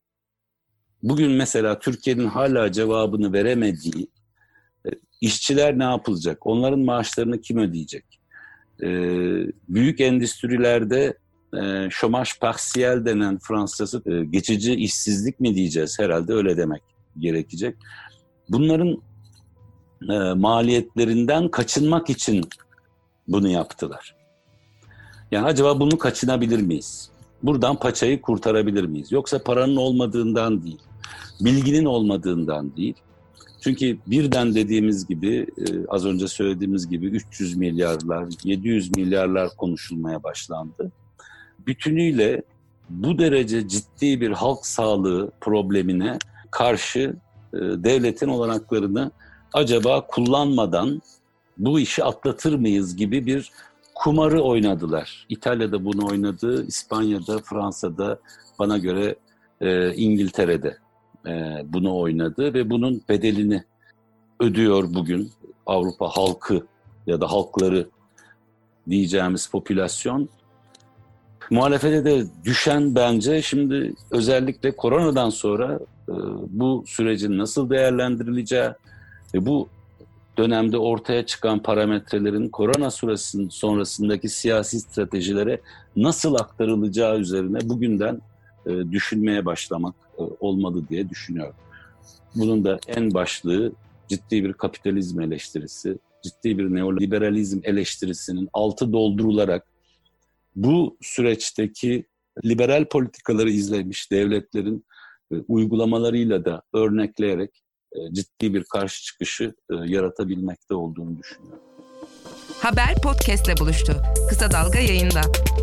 [SPEAKER 2] bugün mesela Türkiye'nin hala cevabını veremediği, işçiler ne yapılacak? Onların maaşlarını kim ödeyecek? Ee, büyük endüstrilerde e, şomaj parsiyel denen Fransızcası e, geçici işsizlik mi diyeceğiz? Herhalde öyle demek gerekecek. Bunların e, maliyetlerinden kaçınmak için bunu yaptılar. Yani acaba bunu kaçınabilir miyiz? Buradan paçayı kurtarabilir miyiz? Yoksa paranın olmadığından değil, bilginin olmadığından değil. Çünkü birden dediğimiz gibi, az önce söylediğimiz gibi üç yüz milyarlar, yedi yüz milyarlar konuşulmaya başlandı. Bütünüyle bu derece ciddi bir halk sağlığı problemine karşı devletin olanaklarını acaba kullanmadan bu işi atlatır mıyız gibi bir kumarı oynadılar. İtalya'da bunu oynadı, İspanya'da, Fransa'da, bana göre e, İngiltere'de e, bunu oynadı ve bunun bedelini ödüyor bugün Avrupa halkı ya da halkları diyeceğimiz popülasyon. Muhalefete de düşen bence şimdi özellikle koronadan sonra e, bu sürecin nasıl değerlendirileceği ve bu dönemde ortaya çıkan parametrelerin korona süresinin sonrasındaki siyasi stratejilere nasıl aktarılacağı üzerine bugünden e, düşünmeye başlamak e, olmalı diye düşünüyorum. Bunun da en başlığı ciddi bir kapitalizm eleştirisi, ciddi bir neoliberalizm eleştirisinin altı doldurularak bu süreçteki liberal politikaları izlemiş devletlerin e, uygulamalarıyla da örnekleyerek ciddi bir karşı çıkışı yaratabilmekte olduğunu düşünüyorum.
[SPEAKER 5] Haber podcast'le buluştu. Kısa Dalga yayında.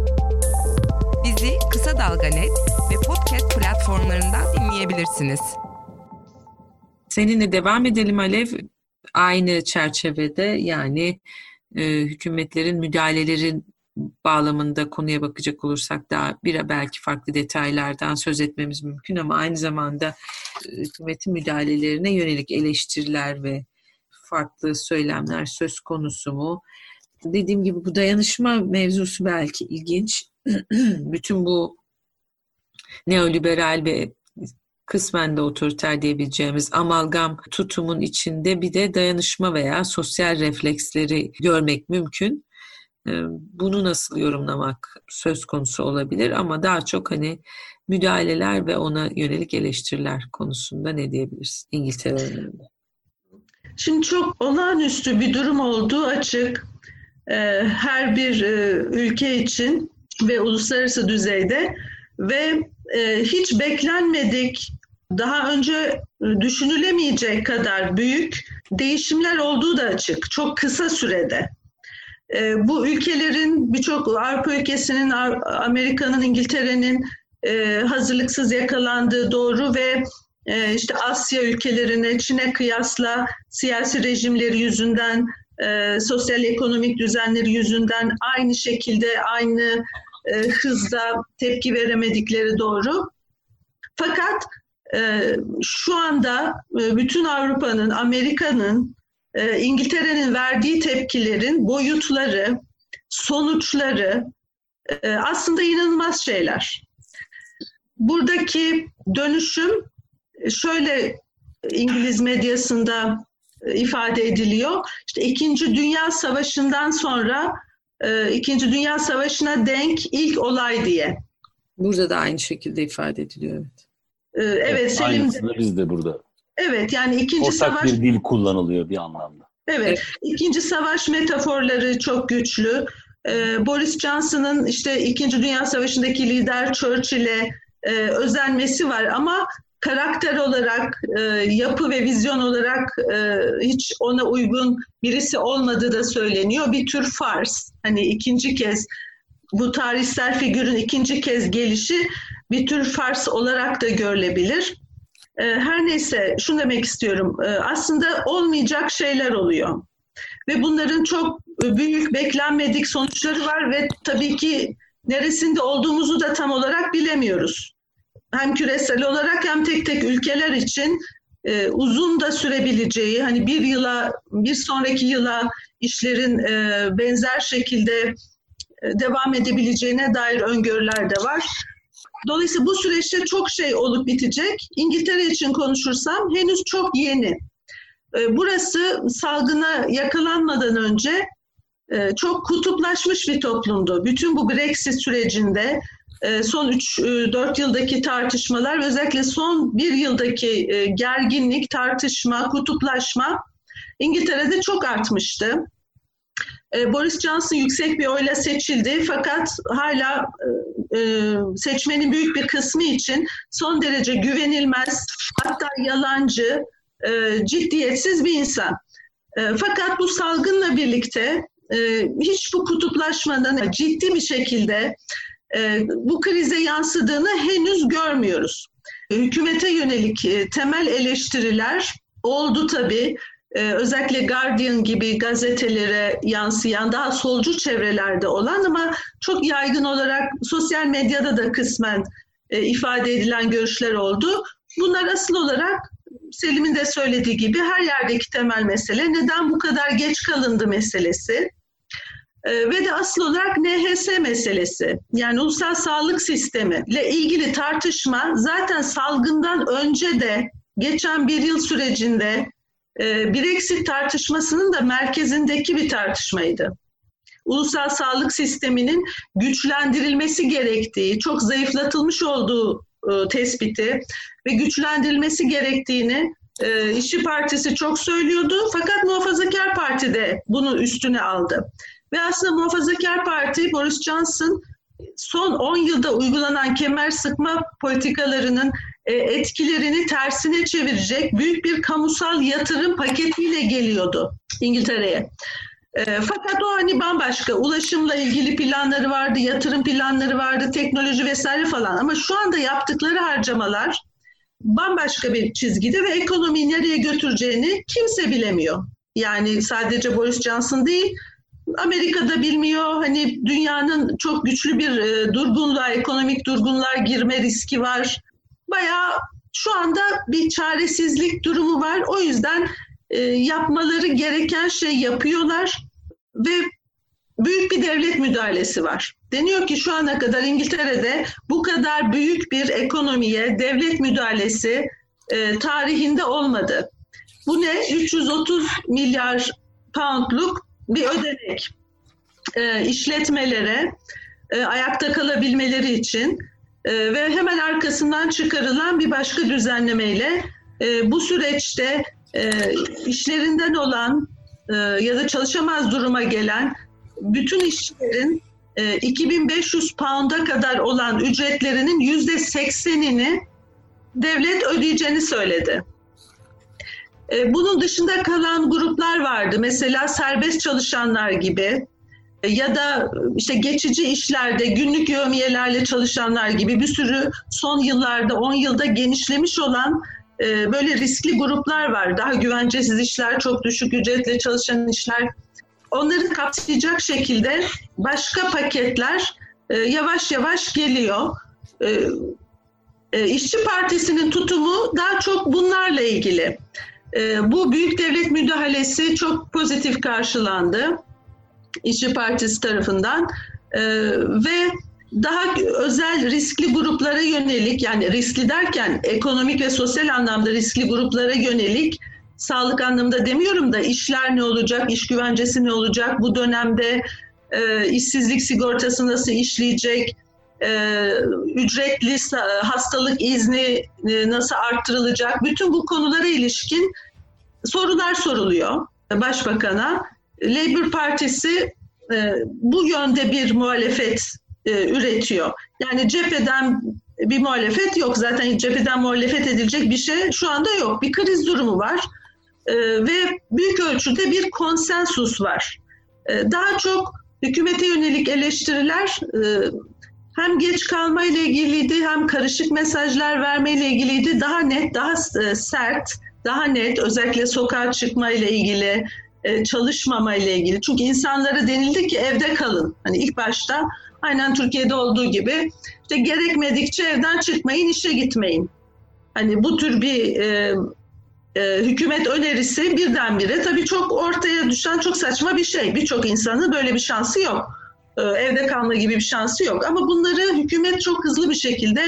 [SPEAKER 5] Bizi Kısa Dalga nokta net ve podcast platformlarından dinleyebilirsiniz.
[SPEAKER 3] Seninle devam edelim Alev. Aynı çerçevede, yani e, hükümetlerin müdahalelerin bağlamında konuya bakacak olursak daha bir belki farklı detaylardan söz etmemiz mümkün ama aynı zamanda hükümetin müdahalelerine yönelik eleştiriler ve farklı söylemler söz konusu mu? Dediğim gibi bu dayanışma mevzusu belki ilginç. Bütün bu neoliberal ve kısmen de otoriter diyebileceğimiz amalgam tutumun içinde bir de dayanışma veya sosyal refleksleri görmek mümkün. Bunu nasıl yorumlamak söz konusu olabilir ama daha çok hani müdahaleler ve ona yönelik eleştiriler konusunda ne diyebiliriz İngiltere örneğinde?
[SPEAKER 4] Şimdi çok olağanüstü bir durum olduğu açık. Her bir ülke için ve uluslararası düzeyde ve hiç beklenmedik, daha önce düşünülemeyecek kadar büyük değişimler olduğu da açık. Çok kısa sürede. Bu ülkelerin, birçok Avrupa ülkesinin, Amerika'nın, İngiltere'nin hazırlıksız yakalandığı doğru ve işte Asya ülkelerine, Çin'e kıyasla siyasi rejimleri yüzünden, sosyal ekonomik düzenleri yüzünden aynı şekilde, aynı hızda tepki veremedikleri doğru. Fakat şu anda bütün Avrupa'nın, Amerika'nın, İngiltere'nin verdiği tepkilerin boyutları, sonuçları aslında inanılmaz şeyler. Buradaki dönüşüm şöyle İngiliz medyasında ifade ediliyor. İşte İkinci Dünya Savaşı'ndan sonra İkinci Dünya Savaşı'na denk ilk olay diye.
[SPEAKER 3] Burada da aynı şekilde ifade ediliyor. Evet,
[SPEAKER 4] evet, evet Selim.
[SPEAKER 2] Aynısını biz de burada.
[SPEAKER 4] Evet, yani ikinci
[SPEAKER 2] Ortak
[SPEAKER 4] savaş...
[SPEAKER 2] bir dil kullanılıyor bir anlamda.
[SPEAKER 4] Evet, ikinci savaş metaforları çok güçlü. Ee, Boris Johnson'ın işte İkinci Dünya Savaşı'ndaki lider Churchill'e e, özenmesi var ama karakter olarak, e, yapı ve vizyon olarak e, hiç ona uygun birisi olmadığı da söyleniyor. Bir tür fars. Hani ikinci kez bu tarihsel figürün ikinci kez gelişi bir tür fars olarak da görülebilir. Her neyse, şunu demek istiyorum. Aslında olmayacak şeyler oluyor. Ve bunların çok büyük, beklenmedik sonuçları var ve tabii ki neresinde olduğumuzu da tam olarak bilemiyoruz. Hem küresel olarak hem tek tek ülkeler için uzun da sürebileceği, hani bir yıla, bir sonraki yıla işlerin benzer şekilde devam edebileceğine dair öngörüler de var. Dolayısıyla bu süreçte çok şey olup bitecek. İngiltere için konuşursam henüz çok yeni. Burası salgına yakalanmadan önce çok kutuplaşmış bir toplumdu. Bütün bu Brexit sürecinde son üç dört yıldaki tartışmalar ve özellikle son bir yıldaki gerginlik, tartışma, kutuplaşma İngiltere'de çok artmıştı. Boris Johnson yüksek bir oyla seçildi fakat hala seçmenin büyük bir kısmı için son derece güvenilmez, hatta yalancı, ciddiyetsiz bir insan. Fakat bu salgınla birlikte hiç bu kutuplaşmanın ciddi bir şekilde bu krize yansıdığını henüz görmüyoruz. Hükümete yönelik temel eleştiriler oldu tabii. Özellikle Guardian gibi gazetelere yansıyan, daha solcu çevrelerde olan ama çok yaygın olarak sosyal medyada da kısmen ifade edilen görüşler oldu. Bunlar asıl olarak Selim'in de söylediği gibi her yerdeki temel mesele neden bu kadar geç kalındı meselesi. Ve de asıl olarak N H S meselesi, yani ulusal sağlık sistemi ile ilgili tartışma zaten salgından önce de geçen bir yıl sürecinde Brexit tartışmasının da merkezindeki bir tartışmaydı. Ulusal sağlık sisteminin güçlendirilmesi gerektiği, çok zayıflatılmış olduğu tespiti ve güçlendirilmesi gerektiğini İşçi Partisi çok söylüyordu. Fakat Muhafazakar Parti de bunu üstüne aldı. Ve aslında Muhafazakar Parti, Boris Johnson son on yılda uygulanan kemer sıkma politikalarının etkilerini tersine çevirecek büyük bir kamusal yatırım paketiyle geliyordu İngiltere'ye. Fakat o hani bambaşka, ulaşımla ilgili planları vardı, yatırım planları vardı, teknoloji vesaire falan. Ama şu anda yaptıkları harcamalar bambaşka bir çizgide ve ekonomiyi nereye götüreceğini kimse bilemiyor. Yani sadece Boris Johnson değil, Amerika'da bilmiyor. Hani dünyanın çok güçlü bir e, durgunluğa, ekonomik durgunluğa girme riski var. Bayağı şu anda bir çaresizlik durumu var. O yüzden e, yapmaları gereken şey yapıyorlar ve büyük bir devlet müdahalesi var. Deniyor ki şu ana kadar İngiltere'de bu kadar büyük bir ekonomiye devlet müdahalesi e, tarihinde olmadı. Bu ne? üç yüz otuz milyar poundluk bir ödenek e, işletmelere e, ayakta kalabilmeleri için e, ve hemen arkasından çıkarılan bir başka düzenlemeyle e, bu süreçte e, işlerinden olan e, ya da çalışamaz duruma gelen bütün işçilerin e, iki bin beş yüz pound'a kadar olan ücretlerinin yüzde seksenini devlet ödeyeceğini söyledi. Bunun dışında kalan gruplar vardı. Mesela serbest çalışanlar gibi ya da işte geçici işlerde günlük yevmiyelerle çalışanlar gibi bir sürü son yıllarda, on yılda genişlemiş olan böyle riskli gruplar var. Daha güvencesiz işler, çok düşük ücretle çalışan işler. Onları kapsayacak şekilde başka paketler yavaş yavaş geliyor. İşçi Partisi'nin tutumu daha çok bunlarla ilgili. Bu büyük devlet müdahalesi çok pozitif karşılandı İşçi Partisi tarafından ve daha özel riskli gruplara yönelik, yani riskli derken ekonomik ve sosyal anlamda riskli gruplara yönelik, sağlık anlamında demiyorum da işler ne olacak, iş güvencesi ne olacak, bu dönemde işsizlik sigortası nasıl işleyecek, ücretli hastalık izni nasıl arttırılacak, bütün bu konulara ilişkin sorular soruluyor Başbakan'a. Labour Partisi bu yönde bir muhalefet üretiyor. Yani cepheden bir muhalefet yok. Zaten cepheden muhalefet edilecek bir şey şu anda yok. Bir kriz durumu var ve büyük ölçüde bir konsensus var. Daha çok hükümete yönelik eleştiriler hem geç kalma ile ilgiliydi, hem karışık mesajlar verme ile ilgiliydi. Daha net, daha sert, daha net, özellikle sokağa çıkma ile ilgili, çalışmama ile ilgili. Çünkü insanlara denildi ki evde kalın. Hani ilk başta aynen Türkiye'de olduğu gibi işte gerekmedikçe evden çıkmayın, işe gitmeyin. Hani bu tür bir e, e, hükümet önerisi birdenbire tabii çok ortaya düşen çok saçma bir şey. Birçok insanın böyle bir şansı yok. e, evde kalma gibi bir şansı yok. Ama bunları hükümet çok hızlı bir şekilde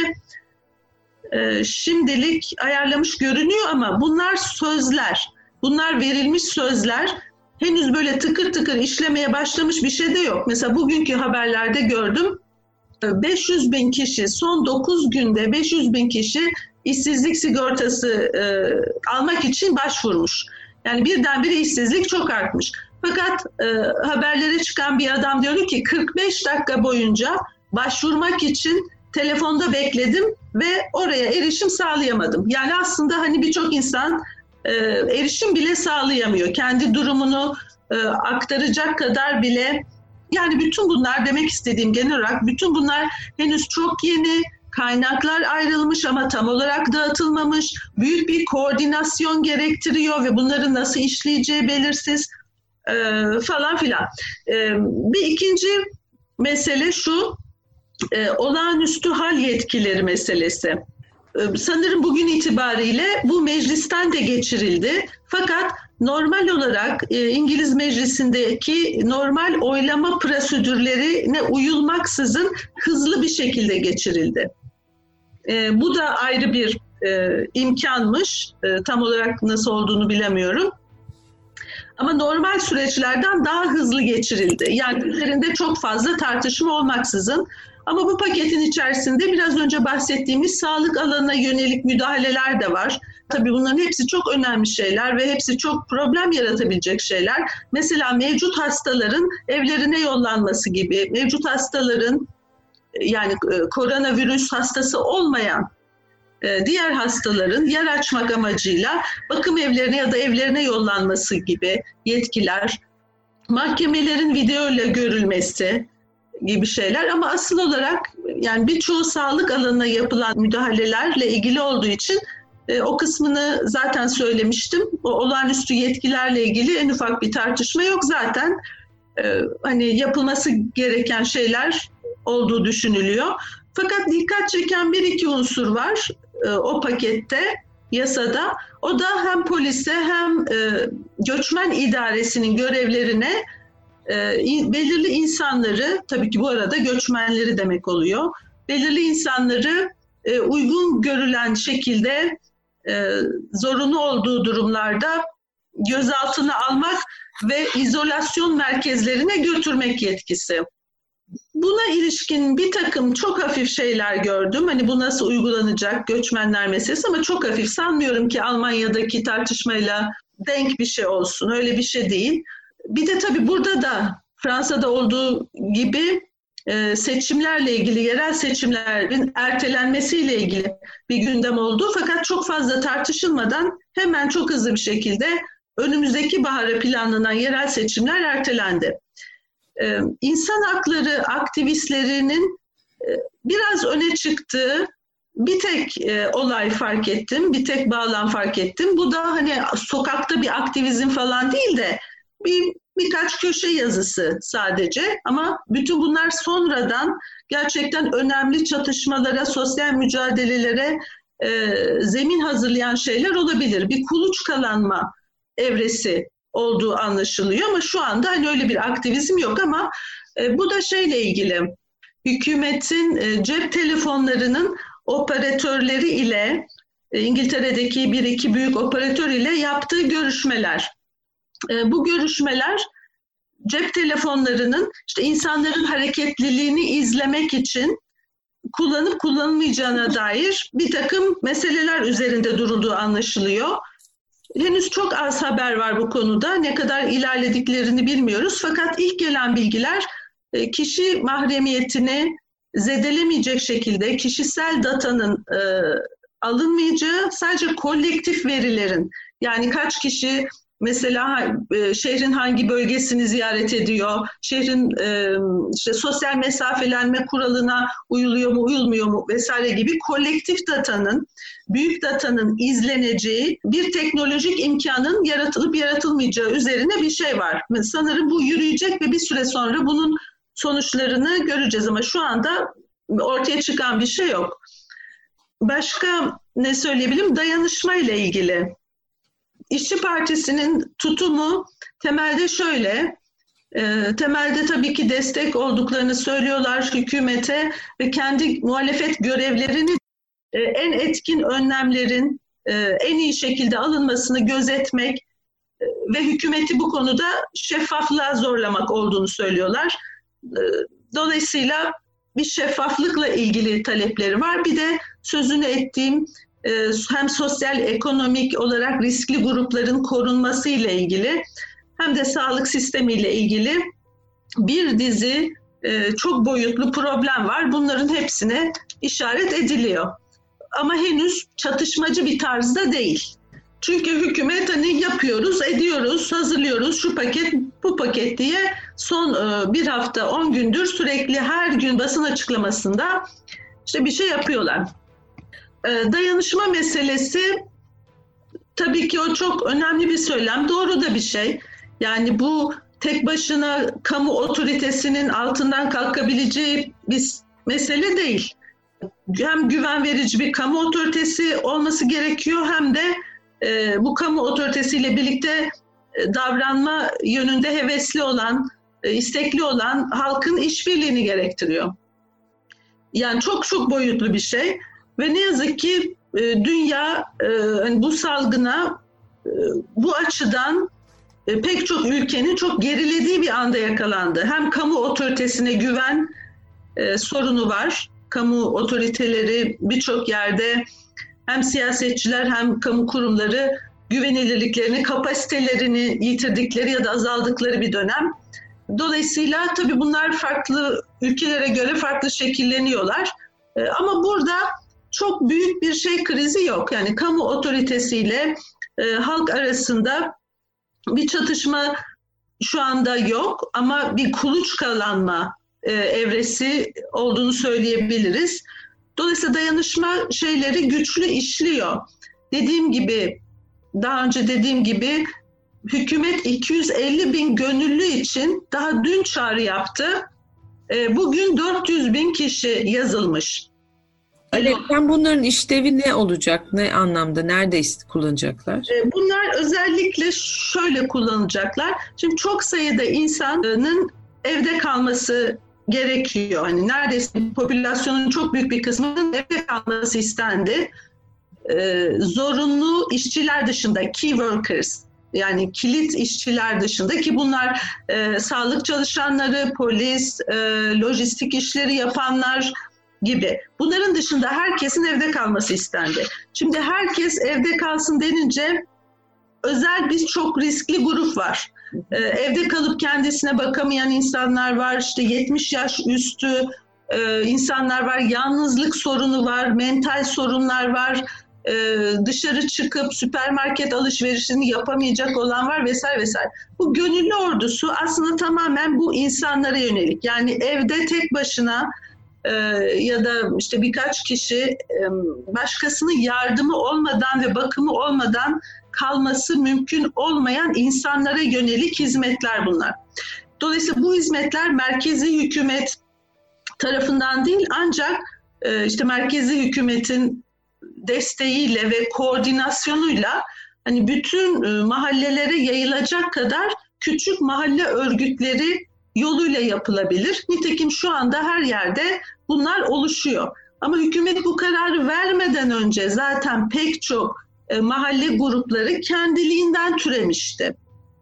[SPEAKER 4] e, şimdilik ayarlamış görünüyor ama bunlar sözler, bunlar verilmiş sözler. Henüz böyle tıkır tıkır işlemeye başlamış bir şey de yok. Mesela bugünkü haberlerde gördüm, beş yüz bin kişi, son dokuz günde beş yüz bin kişi işsizlik sigortası e, almak için başvurmuş. Yani birdenbire işsizlik çok artmış. Fakat e, haberlere çıkan bir adam diyor ki kırk beş dakika boyunca başvurmak için telefonda bekledim ve oraya erişim sağlayamadım. Yani aslında hani birçok insan e, erişim bile sağlayamıyor. Kendi durumunu e, aktaracak kadar bile. Yani bütün bunlar, demek istediğim genel olarak bütün bunlar henüz çok yeni, kaynaklar ayrılmış ama tam olarak dağıtılmamış, büyük bir koordinasyon gerektiriyor ve bunların nasıl işleyeceği belirsiz e, falan filan. E, bir ikinci mesele şu, e, olağanüstü hal yetkileri meselesi. E, sanırım bugün itibariyle bu meclisten de geçirildi. Fakat normal olarak e, İngiliz Meclisi'ndeki normal oylama prosedürlerine uyulmaksızın hızlı bir şekilde geçirildi. E, bu da ayrı bir e, imkanmış. E, tam olarak nasıl olduğunu bilemiyorum. Ama normal süreçlerden daha hızlı geçirildi. Yani üzerinde çok fazla tartışma olmaksızın. Ama bu paketin içerisinde biraz önce bahsettiğimiz sağlık alanına yönelik müdahaleler de var. Tabii bunların hepsi çok önemli şeyler ve hepsi çok problem yaratabilecek şeyler. Mesela mevcut hastaların evlerine yollanması gibi, mevcut hastaların, yani koronavirüs hastası olmayan diğer hastaların yer açmak amacıyla bakım evlerine ya da evlerine yollanması gibi yetkiler, mahkemelerin video ile görülmesi gibi şeyler. Ama asıl olarak yani birçoğu sağlık alanına yapılan müdahalelerle ilgili olduğu için e, o kısmını zaten söylemiştim. O olağanüstü yetkilerle ilgili en ufak bir tartışma yok zaten. E, hani yapılması gereken şeyler olduğu düşünülüyor. Fakat dikkat çeken bir iki unsur var e, o pakette, yasada. O da hem polise hem e, göçmen idaresinin görevlerine e, belirli insanları, tabii ki bu arada göçmenleri demek oluyor, belirli insanları e, uygun görülen şekilde e, zorunlu olduğu durumlarda gözaltına almak ve izolasyon merkezlerine götürmek yetkisi. Buna ilişkin bir takım çok hafif şeyler gördüm. Hani bu nasıl uygulanacak göçmenler meselesi, ama çok hafif. Sanmıyorum ki Almanya'daki tartışmayla denk bir şey olsun. Öyle bir şey değil. Bir de tabii burada da Fransa'da olduğu gibi e, seçimlerle ilgili, yerel seçimlerin ertelenmesiyle ilgili bir gündem oldu. Fakat çok fazla tartışılmadan hemen çok hızlı bir şekilde önümüzdeki bahara planlanan yerel seçimler ertelendi. Ee, insan hakları aktivistlerinin e, biraz öne çıktığı bir tek e, olay fark ettim, bir tek bağlam fark ettim. Bu da hani sokakta bir aktivizm falan değil de bir birkaç köşe yazısı sadece. Ama bütün bunlar sonradan gerçekten önemli çatışmalara, sosyal mücadelelere e, zemin hazırlayan şeyler olabilir. Bir kuluçkalanma evresi olduğu anlaşılıyor ama şu anda hani öyle bir aktivizm yok. Ama e, bu da şeyle ilgili, hükümetin e, cep telefonlarının operatörleri ile e, İngiltere'deki bir iki büyük operatör ile yaptığı görüşmeler. E, bu görüşmeler cep telefonlarının işte insanların hareketliliğini izlemek için kullanıp kullanılmayacağına dair bir takım meseleler üzerinde durulduğu anlaşılıyor. Henüz çok az haber var bu konuda. Ne kadar ilerlediklerini bilmiyoruz. Fakat ilk gelen bilgiler kişi mahremiyetini zedelemeyecek şekilde kişisel datanın e, alınmayacağı, sadece kolektif verilerin, yani kaç kişi mesela e, şehrin hangi bölgesini ziyaret ediyor, şehrin e, işte sosyal mesafelenme kuralına uyuluyor mu, uyulmuyor mu vesaire gibi kolektif datanın, büyük datanın izleneceği bir teknolojik imkanın yaratılıp yaratılmayacağı üzerine bir şey var. Sanırım bu yürüyecek ve bir süre sonra bunun sonuçlarını göreceğiz ama şu anda ortaya çıkan bir şey yok. Başka ne söyleyebilirim? Dayanışma ile ilgili. İşçi Partisi'nin tutumu temelde şöyle, E, temelde tabii ki destek olduklarını söylüyorlar hükümete ve kendi muhalefet görevlerini e, en etkin önlemlerin e, en iyi şekilde alınmasını gözetmek e, ve hükümeti bu konuda şeffaflığa zorlamak olduğunu söylüyorlar. E, dolayısıyla bir şeffaflıkla ilgili talepleri var. Bir de sözünü ettiğim e, hem sosyal ekonomik olarak riskli grupların korunması ile ilgili hem de sağlık sistemiyle ilgili bir dizi e, çok boyutlu problem var. Bunların hepsine işaret ediliyor. Ama henüz çatışmacı bir tarzda değil. Çünkü hükümet hani yapıyoruz, ediyoruz, hazırlıyoruz şu paket, bu paket diye son e, bir hafta, on gündür sürekli her gün basın açıklamasında işte bir şey yapıyorlar. E, dayanışma meselesi tabii ki o çok önemli bir söylem, doğru da bir şey. Yani bu tek başına kamu otoritesinin altından kalkabileceği bir mesele değil. Hem güven verici bir kamu otoritesi olması gerekiyor hem de e, bu kamu otoritesiyle birlikte e, davranma yönünde hevesli olan, e, istekli olan halkın işbirliğini gerektiriyor. Yani çok çok boyutlu bir şey ve ne yazık ki e, dünya e, bu salgına e, bu açıdan e, pek çok ülkenin çok gerilediği bir anda yakalandı. Hem kamu otoritesine güven e, sorunu var. Kamu otoriteleri birçok yerde hem siyasetçiler hem kamu kurumları güvenilirliklerini, kapasitelerini yitirdikleri ya da azaldıkları bir dönem. Dolayısıyla tabii bunlar farklı ülkelere göre farklı şekilleniyorlar. E, ama burada çok büyük bir şey krizi yok. Yani kamu otoritesiyle e, halk arasında bir çatışma şu anda yok ama bir kuluçkalanma e, evresi olduğunu söyleyebiliriz. Dolayısıyla dayanışma şeyleri güçlü işliyor. Dediğim gibi, daha önce dediğim gibi hükümet iki yüz elli bin gönüllü için daha dün çağrı yaptı. E, bugün dört yüz bin kişi yazılmış.
[SPEAKER 3] Alevden bunların işlevi ne olacak? Ne anlamda? Nerede kullanacaklar?
[SPEAKER 4] Bunlar özellikle şöyle kullanacaklar. Şimdi çok sayıda insanın evde kalması gerekiyor. Hani neredeyse popülasyonun çok büyük bir kısmının evde kalması istendi. Ee, zorunlu işçiler dışında, key workers, yani kilit işçiler dışında ki bunlar e, sağlık çalışanları, polis, e, lojistik işleri yapanlar gibi. Bunların dışında herkesin evde kalması istendi. Şimdi herkes evde kalsın denince özel bir çok riskli grup var. Ee, evde kalıp kendisine bakamayan insanlar var, işte yetmiş yaş üstü e, insanlar var, yalnızlık sorunu var, mental sorunlar var, e, dışarı çıkıp süpermarket alışverişini yapamayacak olan var vesaire vesaire. Bu gönüllü ordusu aslında tamamen bu insanlara yönelik. Yani evde tek başına Ee, ya da işte birkaç kişi e, başkasının yardımı olmadan ve bakımı olmadan kalması mümkün olmayan insanlara yönelik hizmetler bunlar. Dolayısıyla bu hizmetler merkezi hükümet tarafından değil ancak e, işte merkezi hükümetin desteğiyle ve koordinasyonuyla hani bütün e, mahallelere yayılacak kadar küçük mahalle örgütleri yoluyla yapılabilir. Nitekim şu anda her yerde bunlar oluşuyor. Ama hükümet bu kararı vermeden önce zaten pek çok e, mahalle grupları kendiliğinden türemişti.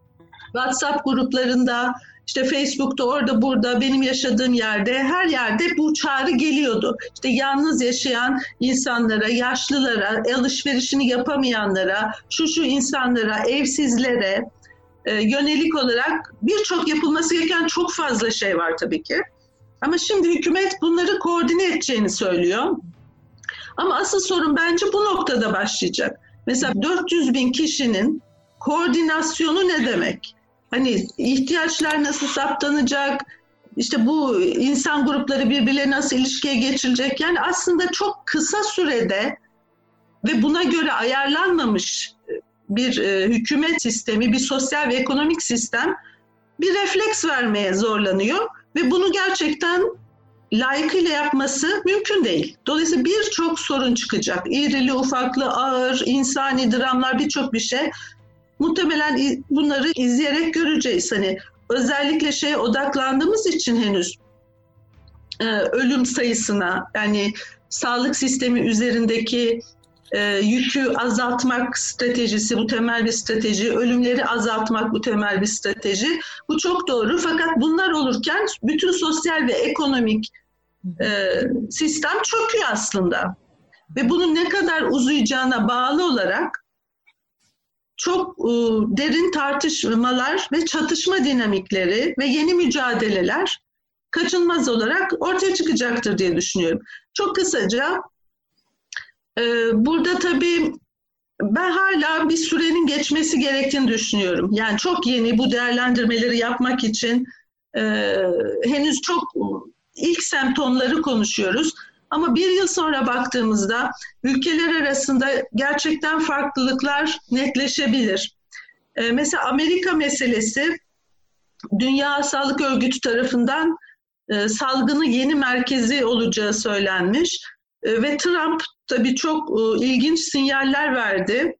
[SPEAKER 4] WhatsApp gruplarında, işte Facebook'ta, orada burada, benim yaşadığım yerde, her yerde bu çağrı geliyordu. İşte yalnız yaşayan insanlara, yaşlılara, alışverişini yapamayanlara, şu şu insanlara, evsizlere e, yönelik olarak birçok yapılması gereken çok fazla şey var tabii ki. Ama şimdi hükümet bunları koordine edeceğini söylüyor. Ama asıl sorun bence bu noktada başlayacak. Mesela dört yüz bin kişinin koordinasyonu ne demek? Hani ihtiyaçlar nasıl saptanacak? İşte bu insan grupları birbirlerine nasıl ilişkiye geçirecek? Yani aslında çok kısa sürede ve buna göre ayarlanmamış bir e, hükümet sistemi, bir sosyal ve ekonomik sistem bir refleks vermeye zorlanıyor. Ve bunu gerçekten layıkıyla yapması mümkün değil. Dolayısıyla birçok sorun çıkacak. İrili, ufaklı, ağır, insani dramlar, birçok bir şey. Muhtemelen bunları izleyerek göreceğiz. Hani özellikle şeye odaklandığımız için henüz e, ölüm sayısına, yani sağlık sistemi üzerindeki e, yükü azaltmak stratejisi, bu temel bir strateji, ölümleri azaltmak bu temel bir strateji. Bu çok doğru, fakat bunlar olurken bütün sosyal ve ekonomik e, sistem çöküyor aslında. Ve bunun ne kadar uzayacağına bağlı olarak çok e, derin tartışmalar ve çatışma dinamikleri ve yeni mücadeleler kaçınılmaz olarak ortaya çıkacaktır diye düşünüyorum. Çok kısaca, e, burada tabii ben hala bir sürenin geçmesi gerektiğini düşünüyorum. Yani çok yeni bu değerlendirmeleri yapmak için e, henüz çok ilk semptomları konuşuyoruz. Ama bir yıl sonra baktığımızda ülkeler arasında gerçekten farklılıklar netleşebilir. E, mesela Amerika meselesi Dünya Sağlık Örgütü tarafından e, salgının yeni merkezi olacağı söylenmiş. E, ve Trump tabii çok e, ilginç sinyaller verdi.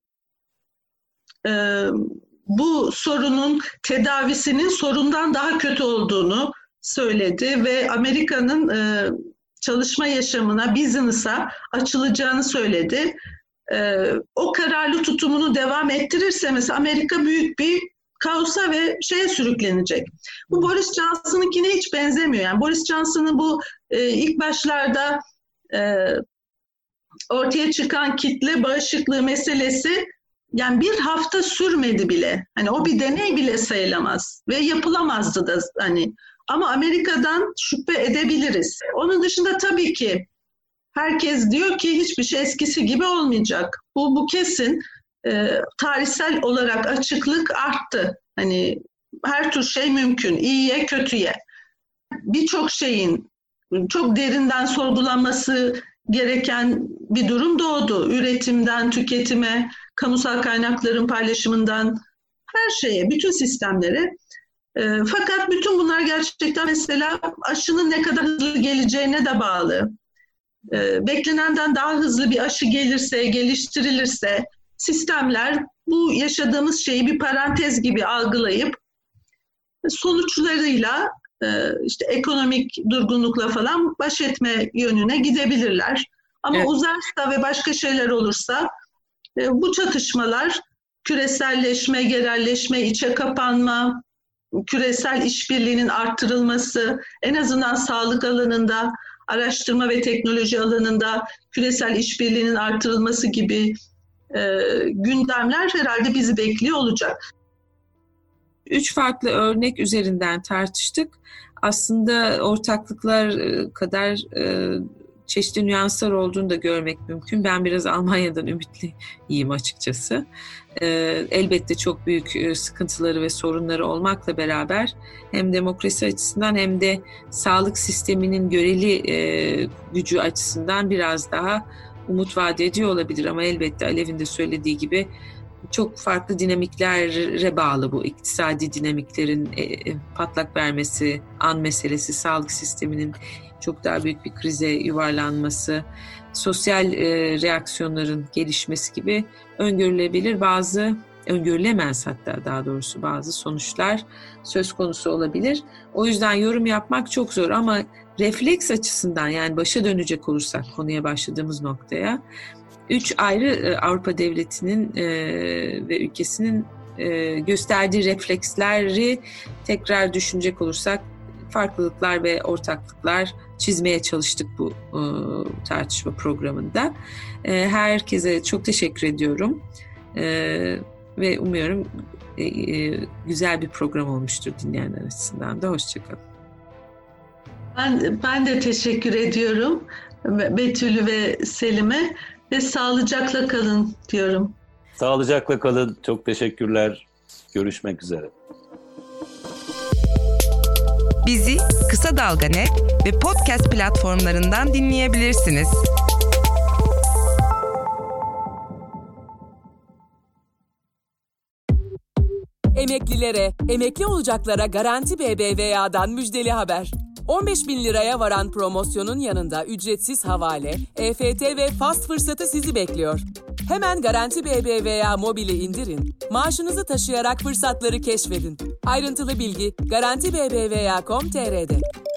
[SPEAKER 4] E, bu sorunun tedavisinin sorundan daha kötü olduğunu söyledi ve Amerika'nın e, çalışma yaşamına, business'a açılacağını söyledi. Ee, o kararlı tutumunu devam ettirirse mesela Amerika büyük bir kaosa ve şeye sürüklenecek. Bu Boris Johnson'ınkine hiç benzemiyor. Yani Boris Johnson'ın bu e, ilk başlarda e, ortaya çıkan kitle bağışıklığı meselesi yani bir hafta sürmedi bile. Hani o bir deney bile sayılamaz ve yapılamazdı da hani. Ama Amerika'dan şüphe edebiliriz. Onun dışında tabii ki herkes diyor ki hiçbir şey eskisi gibi olmayacak. Bu, bu kesin. E, tarihsel olarak açıklık arttı. Hani her tür şey mümkün. İyiye, kötüye. Birçok şeyin çok derinden sorgulanması gereken bir durum doğdu. Üretimden, tüketime, kamusal kaynakların paylaşımından her şeye, bütün sistemlere. E, fakat bütün bunlar gerçekten mesela aşının ne kadar hızlı geleceğine de bağlı. E, beklenenden daha hızlı bir aşı gelirse, geliştirilirse sistemler bu yaşadığımız şeyi bir parantez gibi algılayıp sonuçlarıyla e, işte ekonomik durgunlukla falan baş etme yönüne gidebilirler. Ama evet, uzarsa ve başka şeyler olursa e, bu çatışmalar küreselleşme, yerelleşme, içe kapanma, küresel işbirliğinin arttırılması, en azından sağlık alanında, araştırma ve teknoloji alanında küresel işbirliğinin arttırılması gibi e, gündemler herhalde bizi bekliyor olacak.
[SPEAKER 3] Üç farklı örnek üzerinden tartıştık. Aslında ortaklıklar kadar e, çeşitli nüanslar olduğunu da görmek mümkün. Ben biraz Almanya'dan ümitliyim açıkçası. Ee, elbette çok büyük sıkıntıları ve sorunları olmakla beraber hem demokrasi açısından hem de sağlık sisteminin göreli e, gücü açısından biraz daha umut vaat ediyor olabilir. Ama elbette Alev'in de söylediği gibi çok farklı dinamiklere bağlı bu. İktisadi dinamiklerin e, patlak vermesi, an meselesi, sağlık sisteminin çok daha büyük bir krize yuvarlanması, sosyal e, reaksiyonların gelişmesi gibi öngörülebilir bazı, öngörülemez hatta daha doğrusu bazı sonuçlar söz konusu olabilir. O yüzden yorum yapmak çok zor ama refleks açısından, yani başa dönecek olursak konuya başladığımız noktaya, üç ayrı e, Avrupa devletinin e, ve ülkesinin e, gösterdiği refleksleri tekrar düşünecek olursak farklılıklar ve ortaklıklar çizmeye çalıştık bu e, tartışma programında. E, herkese çok teşekkür ediyorum e, ve umuyorum e, e, güzel bir program olmuştur dinleyenler açısından da. Hoşçakalın.
[SPEAKER 4] Ben, ben de teşekkür ediyorum Betül ve Selim'e ve sağlıcakla kalın diyorum.
[SPEAKER 2] Sağlıcakla kalın. Çok teşekkürler. Görüşmek üzere.
[SPEAKER 5] Bizi Kısa Dalga Net ve podcast platformlarından dinleyebilirsiniz.
[SPEAKER 1] Emeklilere, emekli olacaklara Garanti B B V A'dan müjdeli haber. on beş bin liraya varan promosyonun yanında ücretsiz havale, E F T ve fast fırsatı sizi bekliyor. Hemen Garanti B B V A mobili indirin, maaşınızı taşıyarak fırsatları keşfedin. Ayrıntılı bilgi garanti b b v a nokta com nokta t r'de.